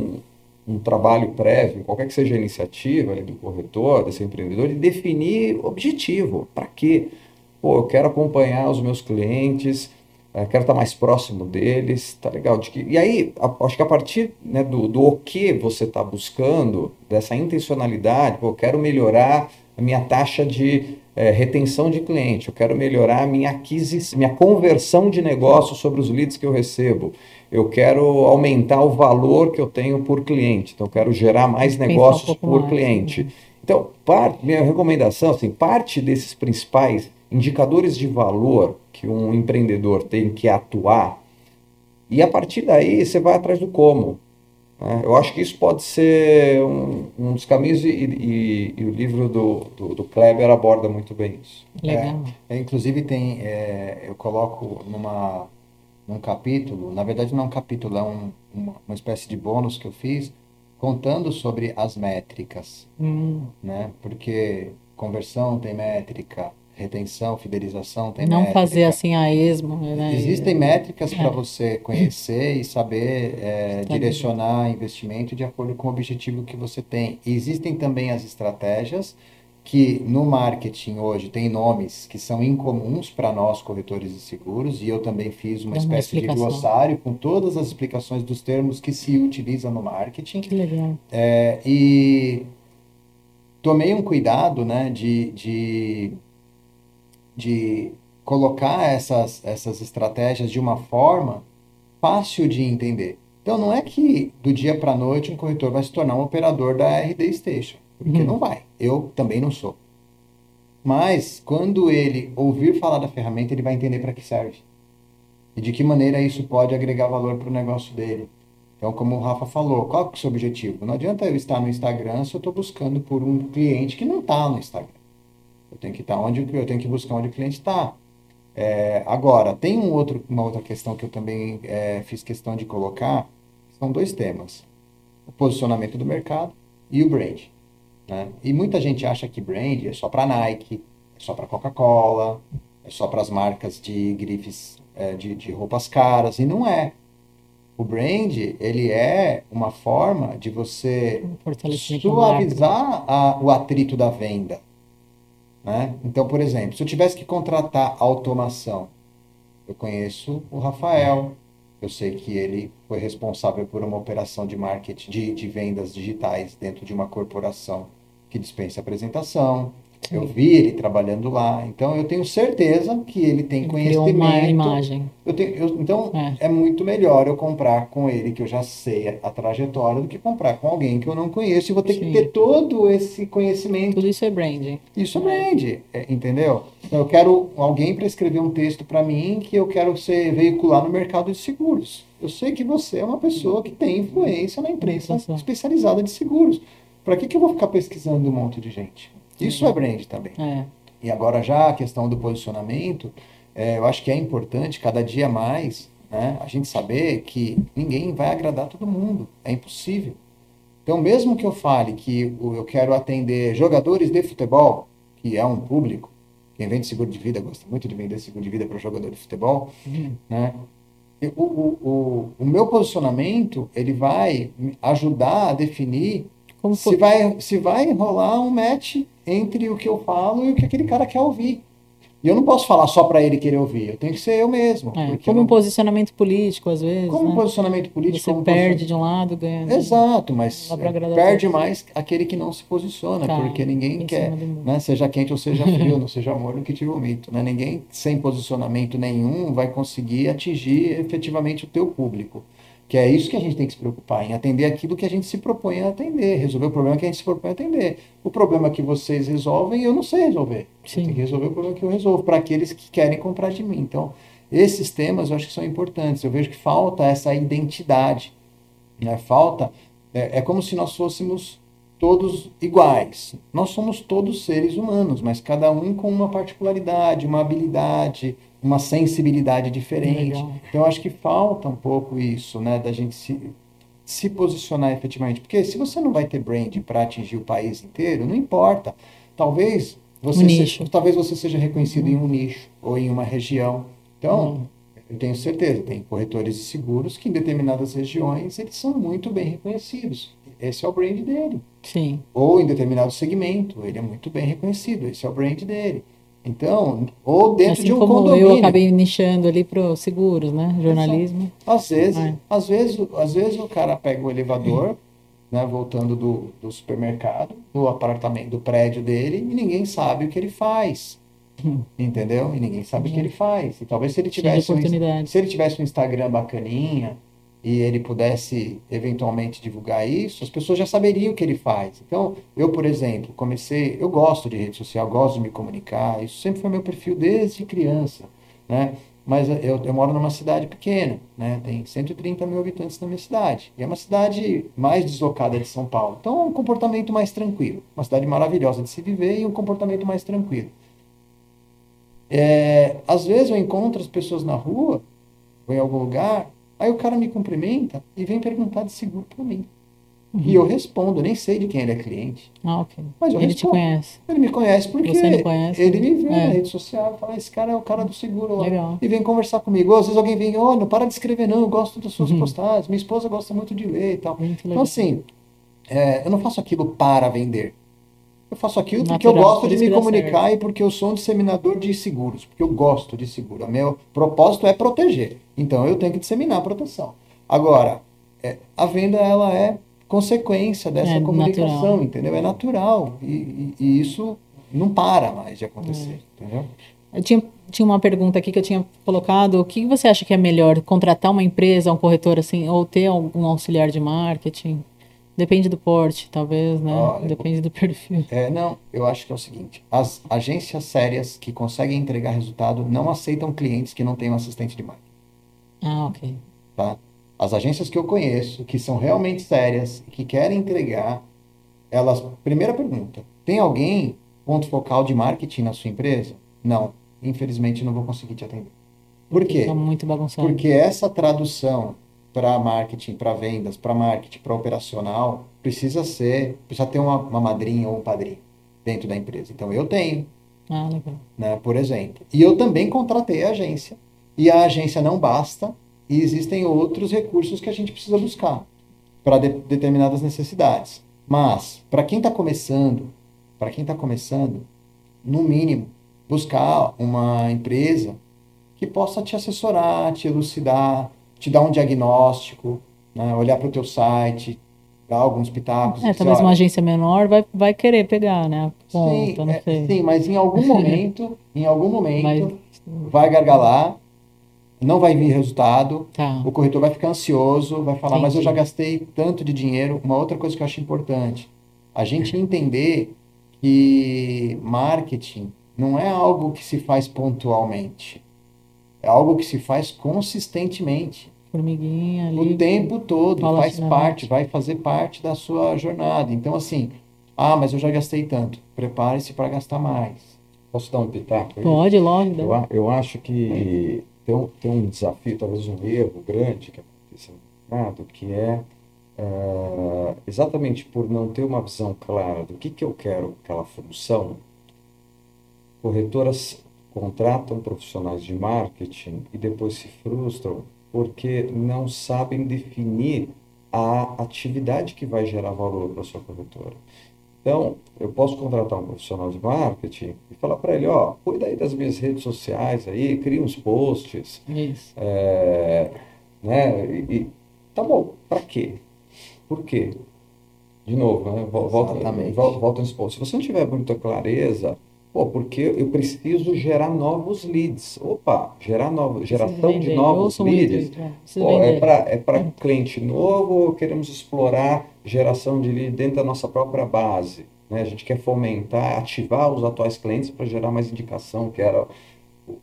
um trabalho prévio, qualquer que seja a iniciativa ali do corretor, desse empreendedor, de definir objetivo. Para quê? Pô, eu quero acompanhar os meus clientes, quero estar mais próximo deles, tá legal? E aí, acho que a partir, né, do o que você está buscando, dessa intencionalidade, pô, eu quero melhorar a minha taxa de retenção de cliente, eu quero melhorar a minha aquisição, minha conversão de negócio sobre os leads que eu recebo, eu quero aumentar o valor que eu tenho por cliente, então eu quero gerar mais Pensar um negócios pouco por mais. cliente. Então, minha recomendação, assim, parte desses principais indicadores de valor que um empreendedor tem que atuar, e a partir daí você vai atrás do como, né? Eu acho que isso pode ser um dos caminhos, e o livro do Kleber aborda muito bem isso. Legal. Inclusive eu coloco num capítulo, na verdade não é um capítulo, é uma espécie de bônus que eu fiz, contando sobre as métricas, né? Porque conversão tem métrica, retenção, fidelização tem Não fazer métrica. assim a esmo, né? Existem métricas para É, você conhecer e saber estabilidade. direcionar investimento de acordo com o objetivo que você tem. E existem também as estratégias que no marketing hoje tem nomes que são incomuns para nós corretores de seguros, e eu também fiz uma Dá uma espécie de explicação. glossário com todas as explicações dos termos que se utilizam no marketing. Que legal. E tomei um cuidado, né, de colocar essas estratégias de uma forma fácil de entender. Então, não é que do dia para a noite um corretor vai se tornar um operador da RD Station, porque não vai. Eu também não sou. Mas, quando ele ouvir falar da ferramenta, ele vai entender para que serve e de que maneira isso pode agregar valor para o negócio dele. Então, como o Rafa falou, qual que é o seu objetivo? Não adianta eu estar no Instagram se eu estou buscando por um cliente que não está no Instagram. Eu tenho que estar eu tenho que buscar onde o cliente está. Agora, tem uma outra questão que eu também fiz questão de colocar, são dois temas: o posicionamento do mercado e o brand, né? E muita gente acha que brand é só para Nike, é só para Coca-Cola, é só para as marcas de grifes de roupas caras, e não é. O brand, ele é uma forma de você Um fortalecimento da marca. suavizar o atrito da venda, né? Então, por exemplo, se eu tivesse que contratar automação, eu conheço o Rafael, eu sei que ele foi responsável por uma operação de marketing, de vendas digitais dentro de uma corporação que dispensa apresentação. Eu Sim. vi ele trabalhando lá, então eu tenho certeza que ele tem Ele criou uma conhecimento. imagem. Então, É. é muito melhor eu comprar com ele, que eu já sei a trajetória, do que comprar com alguém que eu não conheço e vou ter que Sim. ter todo esse conhecimento. Tudo isso é branding. Isso vende, entendeu? Então, eu quero alguém para escrever um texto para mim que eu quero veicular no mercado de seguros. Eu sei que você é uma pessoa que tem influência na imprensa especializada de seguros. Para que eu vou ficar pesquisando um monte de gente? Isso é brand também. É. E agora já a questão do posicionamento, eu acho que é importante cada dia mais né? A gente saber que ninguém vai agradar todo mundo, é impossível. Então, mesmo que eu fale que eu quero atender jogadores de futebol, que é um público, quem vende seguro de vida gosta muito de vender seguro de vida para jogador de futebol, né? O meu posicionamento, ele vai me ajudar a definir Como se vai rolar um match entre o que eu falo e o que aquele cara quer ouvir. E eu não posso falar só para ele querer ouvir, eu tenho que ser eu mesmo. Porque como eu um não... posicionamento político, às vezes, Como um né? posicionamento político... Você como perde de um lado, ganha de Exato, mas dá pra agradar perde todos. mais aquele que não se posiciona, Tá, porque ninguém em quer, cima do muro. né, seja quente ou seja frio, não seja morno que te vomito, né? Ninguém sem posicionamento nenhum vai conseguir atingir efetivamente o teu público, que é isso que a gente tem que se preocupar, em atender aquilo que a gente se propõe a atender, resolver o problema que a gente se propõe a atender. O problema que vocês resolvem, eu não sei resolver. Sim. Eu tenho que resolver o problema que eu resolvo, para aqueles que querem comprar de mim. Então, esses temas eu acho que são importantes. Eu vejo que falta essa identidade, né? Falta, é como se nós fôssemos todos iguais. Nós somos todos seres humanos, mas cada um com uma particularidade, uma habilidade, uma sensibilidade diferente. Legal. Então, eu acho que falta um pouco isso, né, da gente se posicionar efetivamente. Porque se você não vai ter brand para atingir o país inteiro, não importa. Talvez você, nicho. talvez você seja reconhecido em um nicho ou em uma região. Então, eu tenho certeza, tem corretores de seguros que em determinadas regiões eles são muito bem reconhecidos. Esse é o brand dele. Sim. Ou em determinado segmento, ele é muito bem reconhecido. Esse é o brand dele. Então, ou dentro Assim de um como condomínio. eu acabei nichando ali para seguros, né? Jornalismo. Às vezes o cara pega o elevador, né, voltando do supermercado, do apartamento, do prédio dele, e ninguém sabe o que ele faz. Entendeu? E ninguém sabe o que ele faz. E talvez se ele tivesse um Instagram bacaninha e ele pudesse eventualmente divulgar isso, as pessoas já saberiam o que ele faz. Então, eu, por exemplo, eu gosto de rede social, gosto de me comunicar, isso sempre foi meu perfil desde criança, né? Mas eu moro numa cidade pequena, né? Tem 130 mil habitantes na minha cidade. E é uma cidade mais deslocada de São Paulo. Então, é um comportamento mais tranquilo. Uma cidade maravilhosa de se viver e um comportamento mais tranquilo. Às vezes eu encontro as pessoas na rua, ou em algum lugar, aí o cara me cumprimenta e vem perguntar de seguro para mim. E eu respondo, eu nem sei de quem ele é cliente. Ok. Mas eu Ele respondo. te conhece. Ele me conhece porque Você não conhece, ele me vê né? na rede social e fala, esse cara é o cara do seguro lá. Legal. E vem conversar comigo. Ou às vezes alguém vem, não para de escrever não, eu gosto das suas postagens, minha esposa gosta muito de ler e tal. Muito Então legal. assim, eu não faço aquilo para vender. Eu faço aquilo porque Natural, eu gosto por de isso me que dá comunicar certo. e porque eu sou um disseminador de seguros, porque eu gosto de seguro. O meu propósito é proteger. Então eu tenho que disseminar a proteção. Agora, a venda ela é consequência dessa comunicação, natural. entendeu? É natural. E isso não para mais de acontecer, entendeu? Eu tinha uma pergunta aqui que eu tinha colocado. O que você acha que é melhor? Contratar uma empresa, um corretor assim, ou ter algum auxiliar de marketing? Depende do porte, talvez, né? Olha, Depende do perfil. não, eu acho que é o seguinte: as agências sérias que conseguem entregar resultado não aceitam clientes que não tenham assistente de marketing. Ah, ok. Tá? As agências que eu conheço, que são realmente sérias, que querem entregar, elas... Primeira pergunta, tem alguém, ponto focal de marketing na sua empresa? Não, infelizmente não vou conseguir te atender. Por quê? Tá muito bagunçado. Porque essa tradução para marketing, para vendas, para marketing, para operacional, precisa ter uma madrinha ou um padrinho dentro da empresa. Então eu tenho, Ah, legal. né, por exemplo. E eu também contratei a agência. E a agência não basta, e existem outros recursos que a gente precisa buscar para determinadas necessidades. Mas, para quem está começando, no mínimo, buscar uma empresa que possa te assessorar, te elucidar, te dar um diagnóstico, né, olhar para o teu site, dar alguns pitacos. E Talvez uma agência menor vai querer pegar, né? A sim, conta, não sei. sim, mas em algum momento, Mas, vai gargalar, não vai vir resultado, tá. o corretor vai ficar ansioso, vai falar, mas eu Entendi. já gastei tanto de dinheiro. Uma outra coisa que eu acho importante, a gente entender que marketing não é algo que se faz pontualmente, é algo que se faz consistentemente. Formiguinha ali. O tempo todo, paulatinamente. vai fazer parte da sua jornada. Então, assim, mas eu já gastei tanto, prepare-se para gastar mais. Posso dar um pitaco aí? Pode, lógico. Eu acho que tem um desafio, talvez um erro grande que acontece no mercado, que é exatamente por não ter uma visão clara do que eu quero com aquela função, corretoras contratam profissionais de marketing e depois se frustram porque não sabem definir a atividade que vai gerar valor para a sua corretora. Então, eu posso contratar um profissional de marketing e falar para ele, ó, cuida aí das minhas redes sociais aí, cria uns posts, Isso. né? Tá bom, para quê? Por quê? De novo, né? Exatamente. Volta nesse ponto. Se você não tiver muita clareza, pô, porque eu preciso gerar novos leads. Opa, geração de Eu novos ouço muito leads. isso. Preciso Pô, vender. é para cliente novo ou queremos explorar geração de lead dentro da nossa própria base? Né? A gente quer fomentar, ativar os atuais clientes para gerar mais indicação, que era o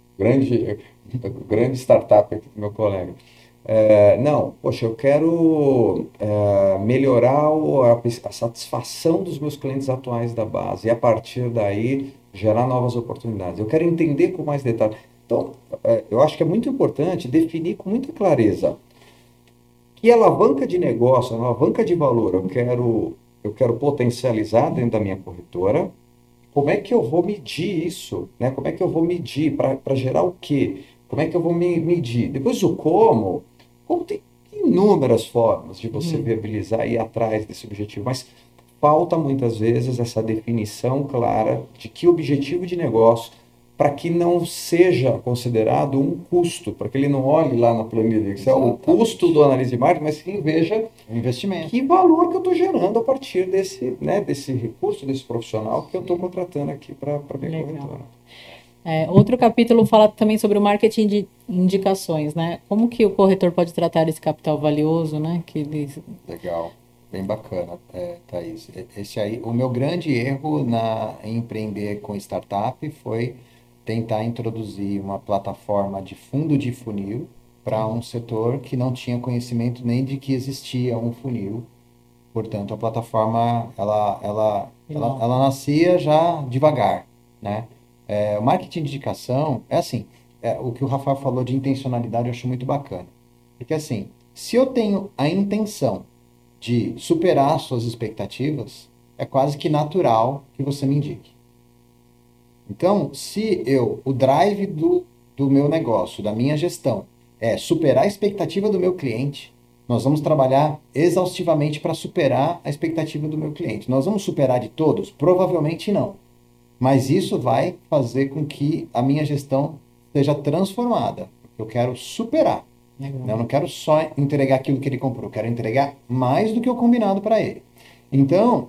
grande startup aqui do meu colega. Não, poxa, eu quero melhorar a satisfação dos meus clientes atuais da base e a partir daí gerar novas oportunidades. Eu quero entender com mais detalhe. Então, eu acho que é muito importante definir com muita clareza que alavanca de negócio, alavanca de valor eu quero potencializar dentro da minha corretora. Como é que eu vou medir isso? Né? Como é que eu vou medir para gerar o quê? Como é que eu vou medir? Depois o como tem inúmeras formas de você viabilizar e ir atrás desse objetivo, mas falta muitas vezes essa definição clara de que objetivo de negócio para que não seja considerado um custo, para que ele não olhe lá na planilha de Excel o custo do análise de marketing, mas sim veja O investimento. que valor que eu estou gerando a partir desse, né, desse recurso, desse profissional que eu estou contratando aqui para minha Legal. corretora. Outro capítulo fala também sobre o marketing de indicações, né? Como que o corretor pode tratar esse capital valioso, né? Legal, bem bacana, Thaís. Esse aí, o meu grande erro em empreender com startup foi tentar introduzir uma plataforma de fundo de funil para um setor que não tinha conhecimento nem de que existia um funil. Portanto, a plataforma ela nascia já devagar, né? O marketing de indicação é assim, o que o Rafael falou de intencionalidade eu acho muito bacana. Porque assim, se eu tenho a intenção de superar as suas expectativas, é quase que natural que você me indique. Então, se o drive do meu negócio, da minha gestão, é superar a expectativa do meu cliente, nós vamos trabalhar exaustivamente para superar a expectativa do meu cliente. Nós vamos superar de todos? Provavelmente não. Mas isso vai fazer com que a minha gestão seja transformada. Eu quero superar. Eu não quero só entregar aquilo que ele comprou, eu quero entregar mais do que o combinado para ele. Então,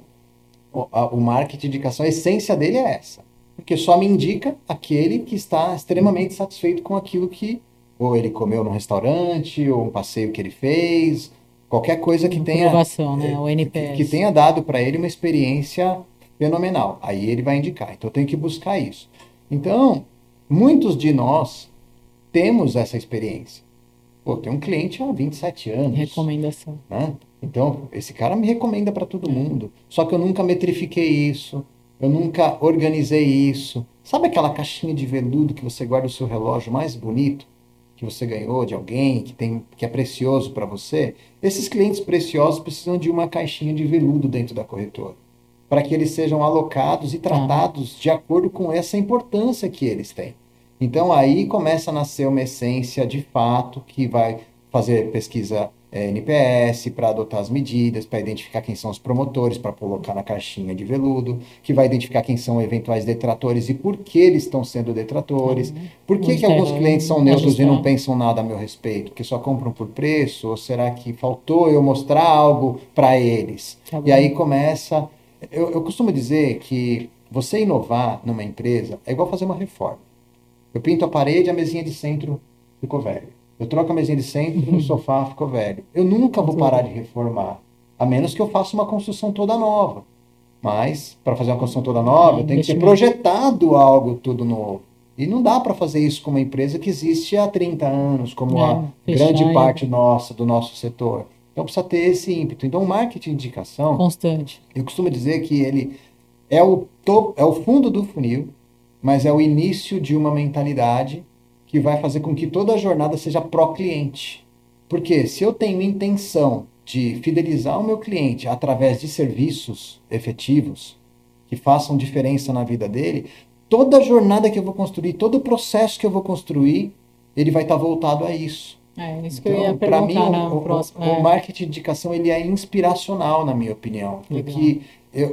o marketing de indicação, a essência dele é essa. Porque só me indica aquele que está extremamente satisfeito com aquilo que ou ele comeu num restaurante, ou um passeio que ele fez, qualquer coisa que tenha Comprovação, né? O NPS. que tenha dado para ele uma experiência fenomenal. Aí ele vai indicar. Então eu tenho que buscar isso. Então, muitos de nós temos essa experiência. Pô, tem um cliente há 27 anos. Recomendação. Né? Então, esse cara me recomenda para todo mundo. Só que eu nunca metrifiquei isso. Eu nunca organizei isso. Sabe aquela caixinha de veludo que você guarda o seu relógio mais bonito? Que você ganhou de alguém, que é precioso para você? Esses clientes preciosos precisam de uma caixinha de veludo dentro da corretora. Para que eles sejam alocados e tratados de acordo com essa importância que eles têm. Então aí começa a nascer uma essência de fato que vai fazer pesquisa NPS para adotar as medidas, para identificar quem são os promotores, para colocar na caixinha de veludo, que vai identificar quem são eventuais detratores e por que eles estão sendo detratores. Por que alguns clientes são neutros e não pensam nada a meu respeito? Que só compram por preço? Ou será que faltou eu mostrar algo para eles? E aí começa... Eu costumo dizer que você inovar numa empresa é igual fazer uma reforma. Eu pinto a parede, a mesinha de centro ficou velha. Eu troco a mesinha de centro, o sofá ficou velho. Eu nunca vou parar de reformar, a menos que eu faça uma construção toda nova. Mas, para fazer uma construção toda nova, tem que ter projetado algo tudo novo. E não dá para fazer isso com uma empresa que existe há 30 anos, como a grande parte do nosso setor. Então, precisa ter esse ímpeto. Então, o marketing de indicação... Constante. Eu costumo dizer que ele é o fundo do funil, mas é o início de uma mentalidade que vai fazer com que toda a jornada seja pró-cliente. Porque se eu tenho intenção de fidelizar o meu cliente através de serviços efetivos que façam diferença na vida dele, toda a jornada que eu vou construir, todo o processo que eu vou construir, ele vai estar voltado a isso. É isso que eu ia Então, para mim, perguntar na próxima. o marketing de indicação ele é inspiracional, na minha opinião, porque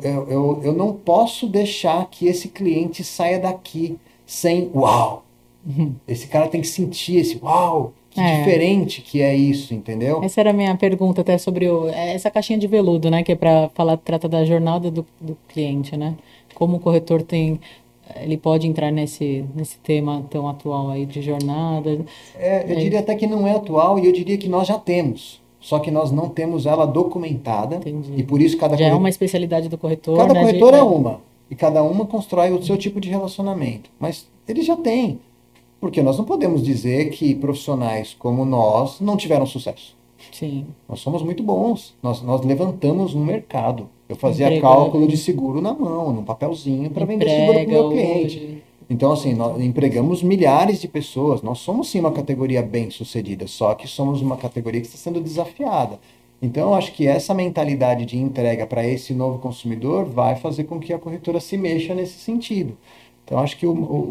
eu não posso deixar que esse cliente saia daqui sem uau. Esse cara tem que sentir esse uau, que diferente que é isso, entendeu? Essa era a minha pergunta até sobre essa caixinha de veludo, né? Que é para falar, trata da jornada do cliente, né? Como o corretor ele pode entrar nesse tema tão atual aí de jornada. Eu diria até que não é atual e eu diria que nós já temos. Só que nós não temos ela documentada. Entendi. E por isso Já é uma especialidade do corretor. Cada né, corretor é uma. E cada uma constrói o seu tipo de relacionamento. Mas ele já tem. Porque nós não podemos dizer que profissionais como nós não tiveram sucesso. Sim. Nós somos muito bons. Nós levantamos um mercado. Eu fazia cálculo de seguro na mão, num papelzinho, para vender seguro para o meu cliente. Hoje. Então, assim, nós empregamos milhares de pessoas. Nós somos, sim, uma categoria bem sucedida, só que somos uma categoria que está sendo desafiada. Então, eu acho que essa mentalidade de entrega para esse novo consumidor vai fazer com que a corretora se mexa nesse sentido. Então, acho que,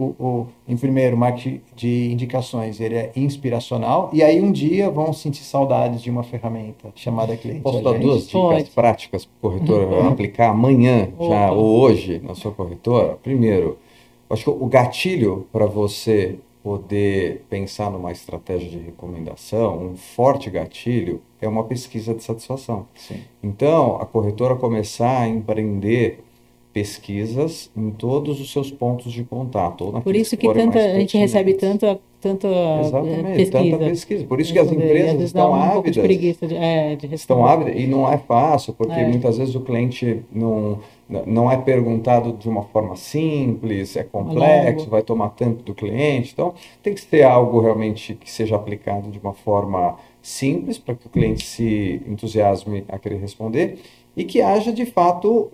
em primeiro, o marketing de indicações ele é inspiracional, e aí um dia vão sentir saudades de uma ferramenta chamada cliente. Posso dar duas dicas práticas para o corretor aplicar amanhã, já, ou hoje, na sua corretora? Primeiro, acho que o gatilho para você poder pensar numa estratégia de recomendação, um forte gatilho, é uma pesquisa de satisfação. Sim. Então, a corretora começar a empreender pesquisas em todos os seus pontos de contato. Ou por isso que a gente recebe tanta Exatamente, tanta pesquisa. Por isso que as empresas estão ávidas. Estão ávidas, e não é fácil, porque muitas vezes o cliente não é perguntado de uma forma simples, é complexo, vai tomar tempo do cliente. Então, tem que ser algo realmente que seja aplicado de uma forma simples, para que o cliente se entusiasme a querer responder, e que haja, de fato,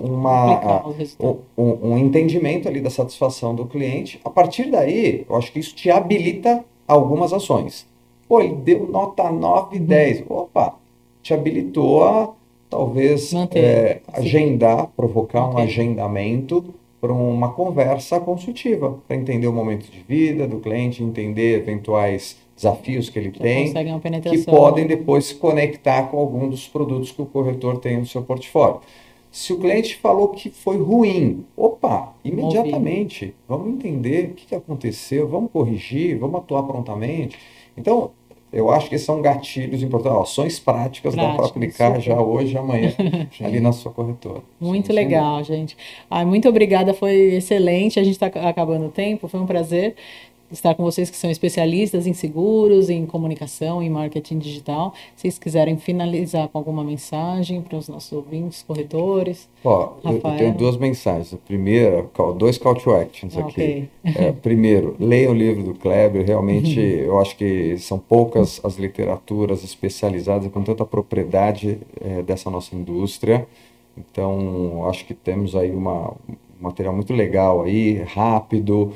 um entendimento ali da satisfação do cliente. A partir daí, eu acho que isso te habilita algumas ações. Pô, ele deu nota 9, 10. Opa, te habilitou a, talvez, agendar, provocar um agendamento para uma conversa consultiva, para entender o momento de vida do cliente, entender eventuais desafios que ele tem, que podem depois se conectar com algum dos produtos que o corretor tem no seu portfólio. Se o cliente falou que foi ruim, imediatamente, vamos entender o que aconteceu, vamos corrigir, vamos atuar prontamente. Então, eu acho que esses são gatilhos importantes, ações práticas dá para aplicar já hoje, amanhã, ali na sua corretora. Muito legal, gente. Muito obrigada, foi excelente. A gente está acabando o tempo, foi um prazer estar com vocês que são especialistas em seguros, em comunicação, em marketing digital. Se vocês quiserem finalizar com alguma mensagem para os nossos ouvintes, corretores. Eu tenho duas mensagens. A primeira, dois call to actions aqui. Primeiro, leiam o livro do Kleber. Realmente, eu acho que são poucas as literaturas especializadas com tanta propriedade dessa nossa indústria. Então, acho que temos aí um material muito legal aí, rápido,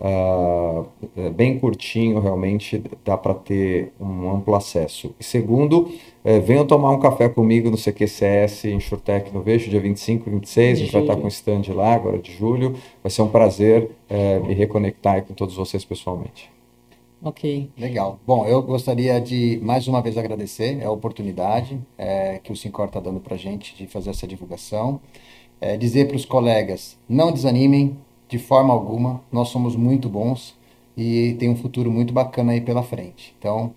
bem curtinho, realmente dá para ter um amplo acesso. E segundo, venham tomar um café comigo no CQCS Insurtech Innovation, dia 25 e 26, a gente vai estar com o stand lá agora de julho, vai ser um prazer me reconectar com todos vocês pessoalmente. Ok. Legal. Bom, eu gostaria de mais uma vez agradecer a oportunidade que o Syncor está dando para a gente de fazer essa divulgação, dizer para os colegas, não desanimem, de forma alguma, nós somos muito bons e tem um futuro muito bacana aí pela frente. Então,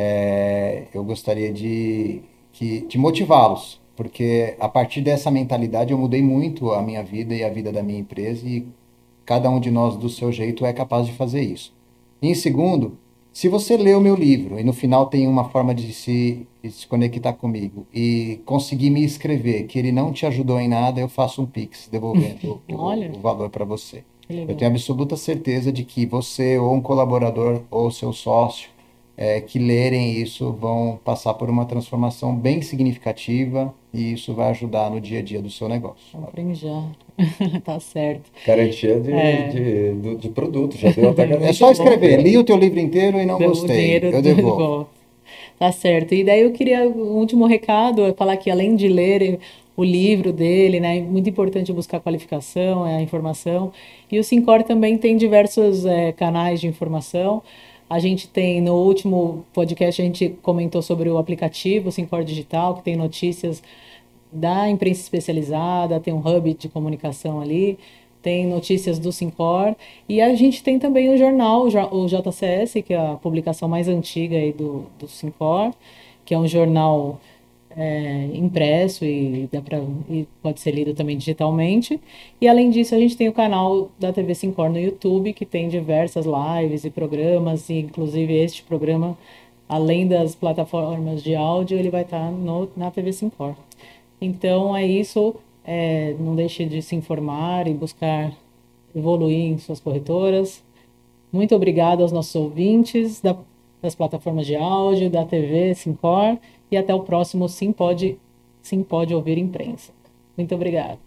eu gostaria de motivá-los, porque a partir dessa mentalidade eu mudei muito a minha vida e a vida da minha empresa e cada um de nós, do seu jeito, é capaz de fazer isso. E em segundo, se você lê o meu livro e no final tem uma forma de se conectar comigo e conseguir me escrever que ele não te ajudou em nada, eu faço um Pix devolvendo o valor para você. Eu tenho absoluta certeza de que você ou um colaborador ou seu sócio que lerem isso vão passar por uma transformação bem significativa e isso vai ajudar no dia a dia do seu negócio. Aprendi já. Tá certo. Garantia de produto, já deu até garantia. É só escrever, li o teu livro inteiro e não O gostei, dinheiro eu de devolvo. volta. Tá certo. E daí eu queria, o último recado é falar que além de ler o livro dele, né, é muito importante buscar qualificação, a informação. E o Sincor também tem diversos canais de informação. A gente tem, no último podcast, a gente comentou sobre o aplicativo Sincor Digital, que tem notícias da imprensa especializada, tem um hub de comunicação ali, tem notícias do Sincor, e a gente tem também o jornal, o JCS, que é a publicação mais antiga aí do Sincor, que é um jornal impresso e pode ser lido também digitalmente. E além disso, a gente tem o canal da TV Sincor no YouTube, que tem diversas lives e programas, e inclusive este programa, além das plataformas de áudio, ele vai estar na TV Sincor. Então é isso, não deixe de se informar e buscar evoluir em suas corretoras. Muito obrigada aos nossos ouvintes das plataformas de áudio, da TV Sincor, e até o próximo Sim Pode Ouvir Imprensa. Muito obrigada.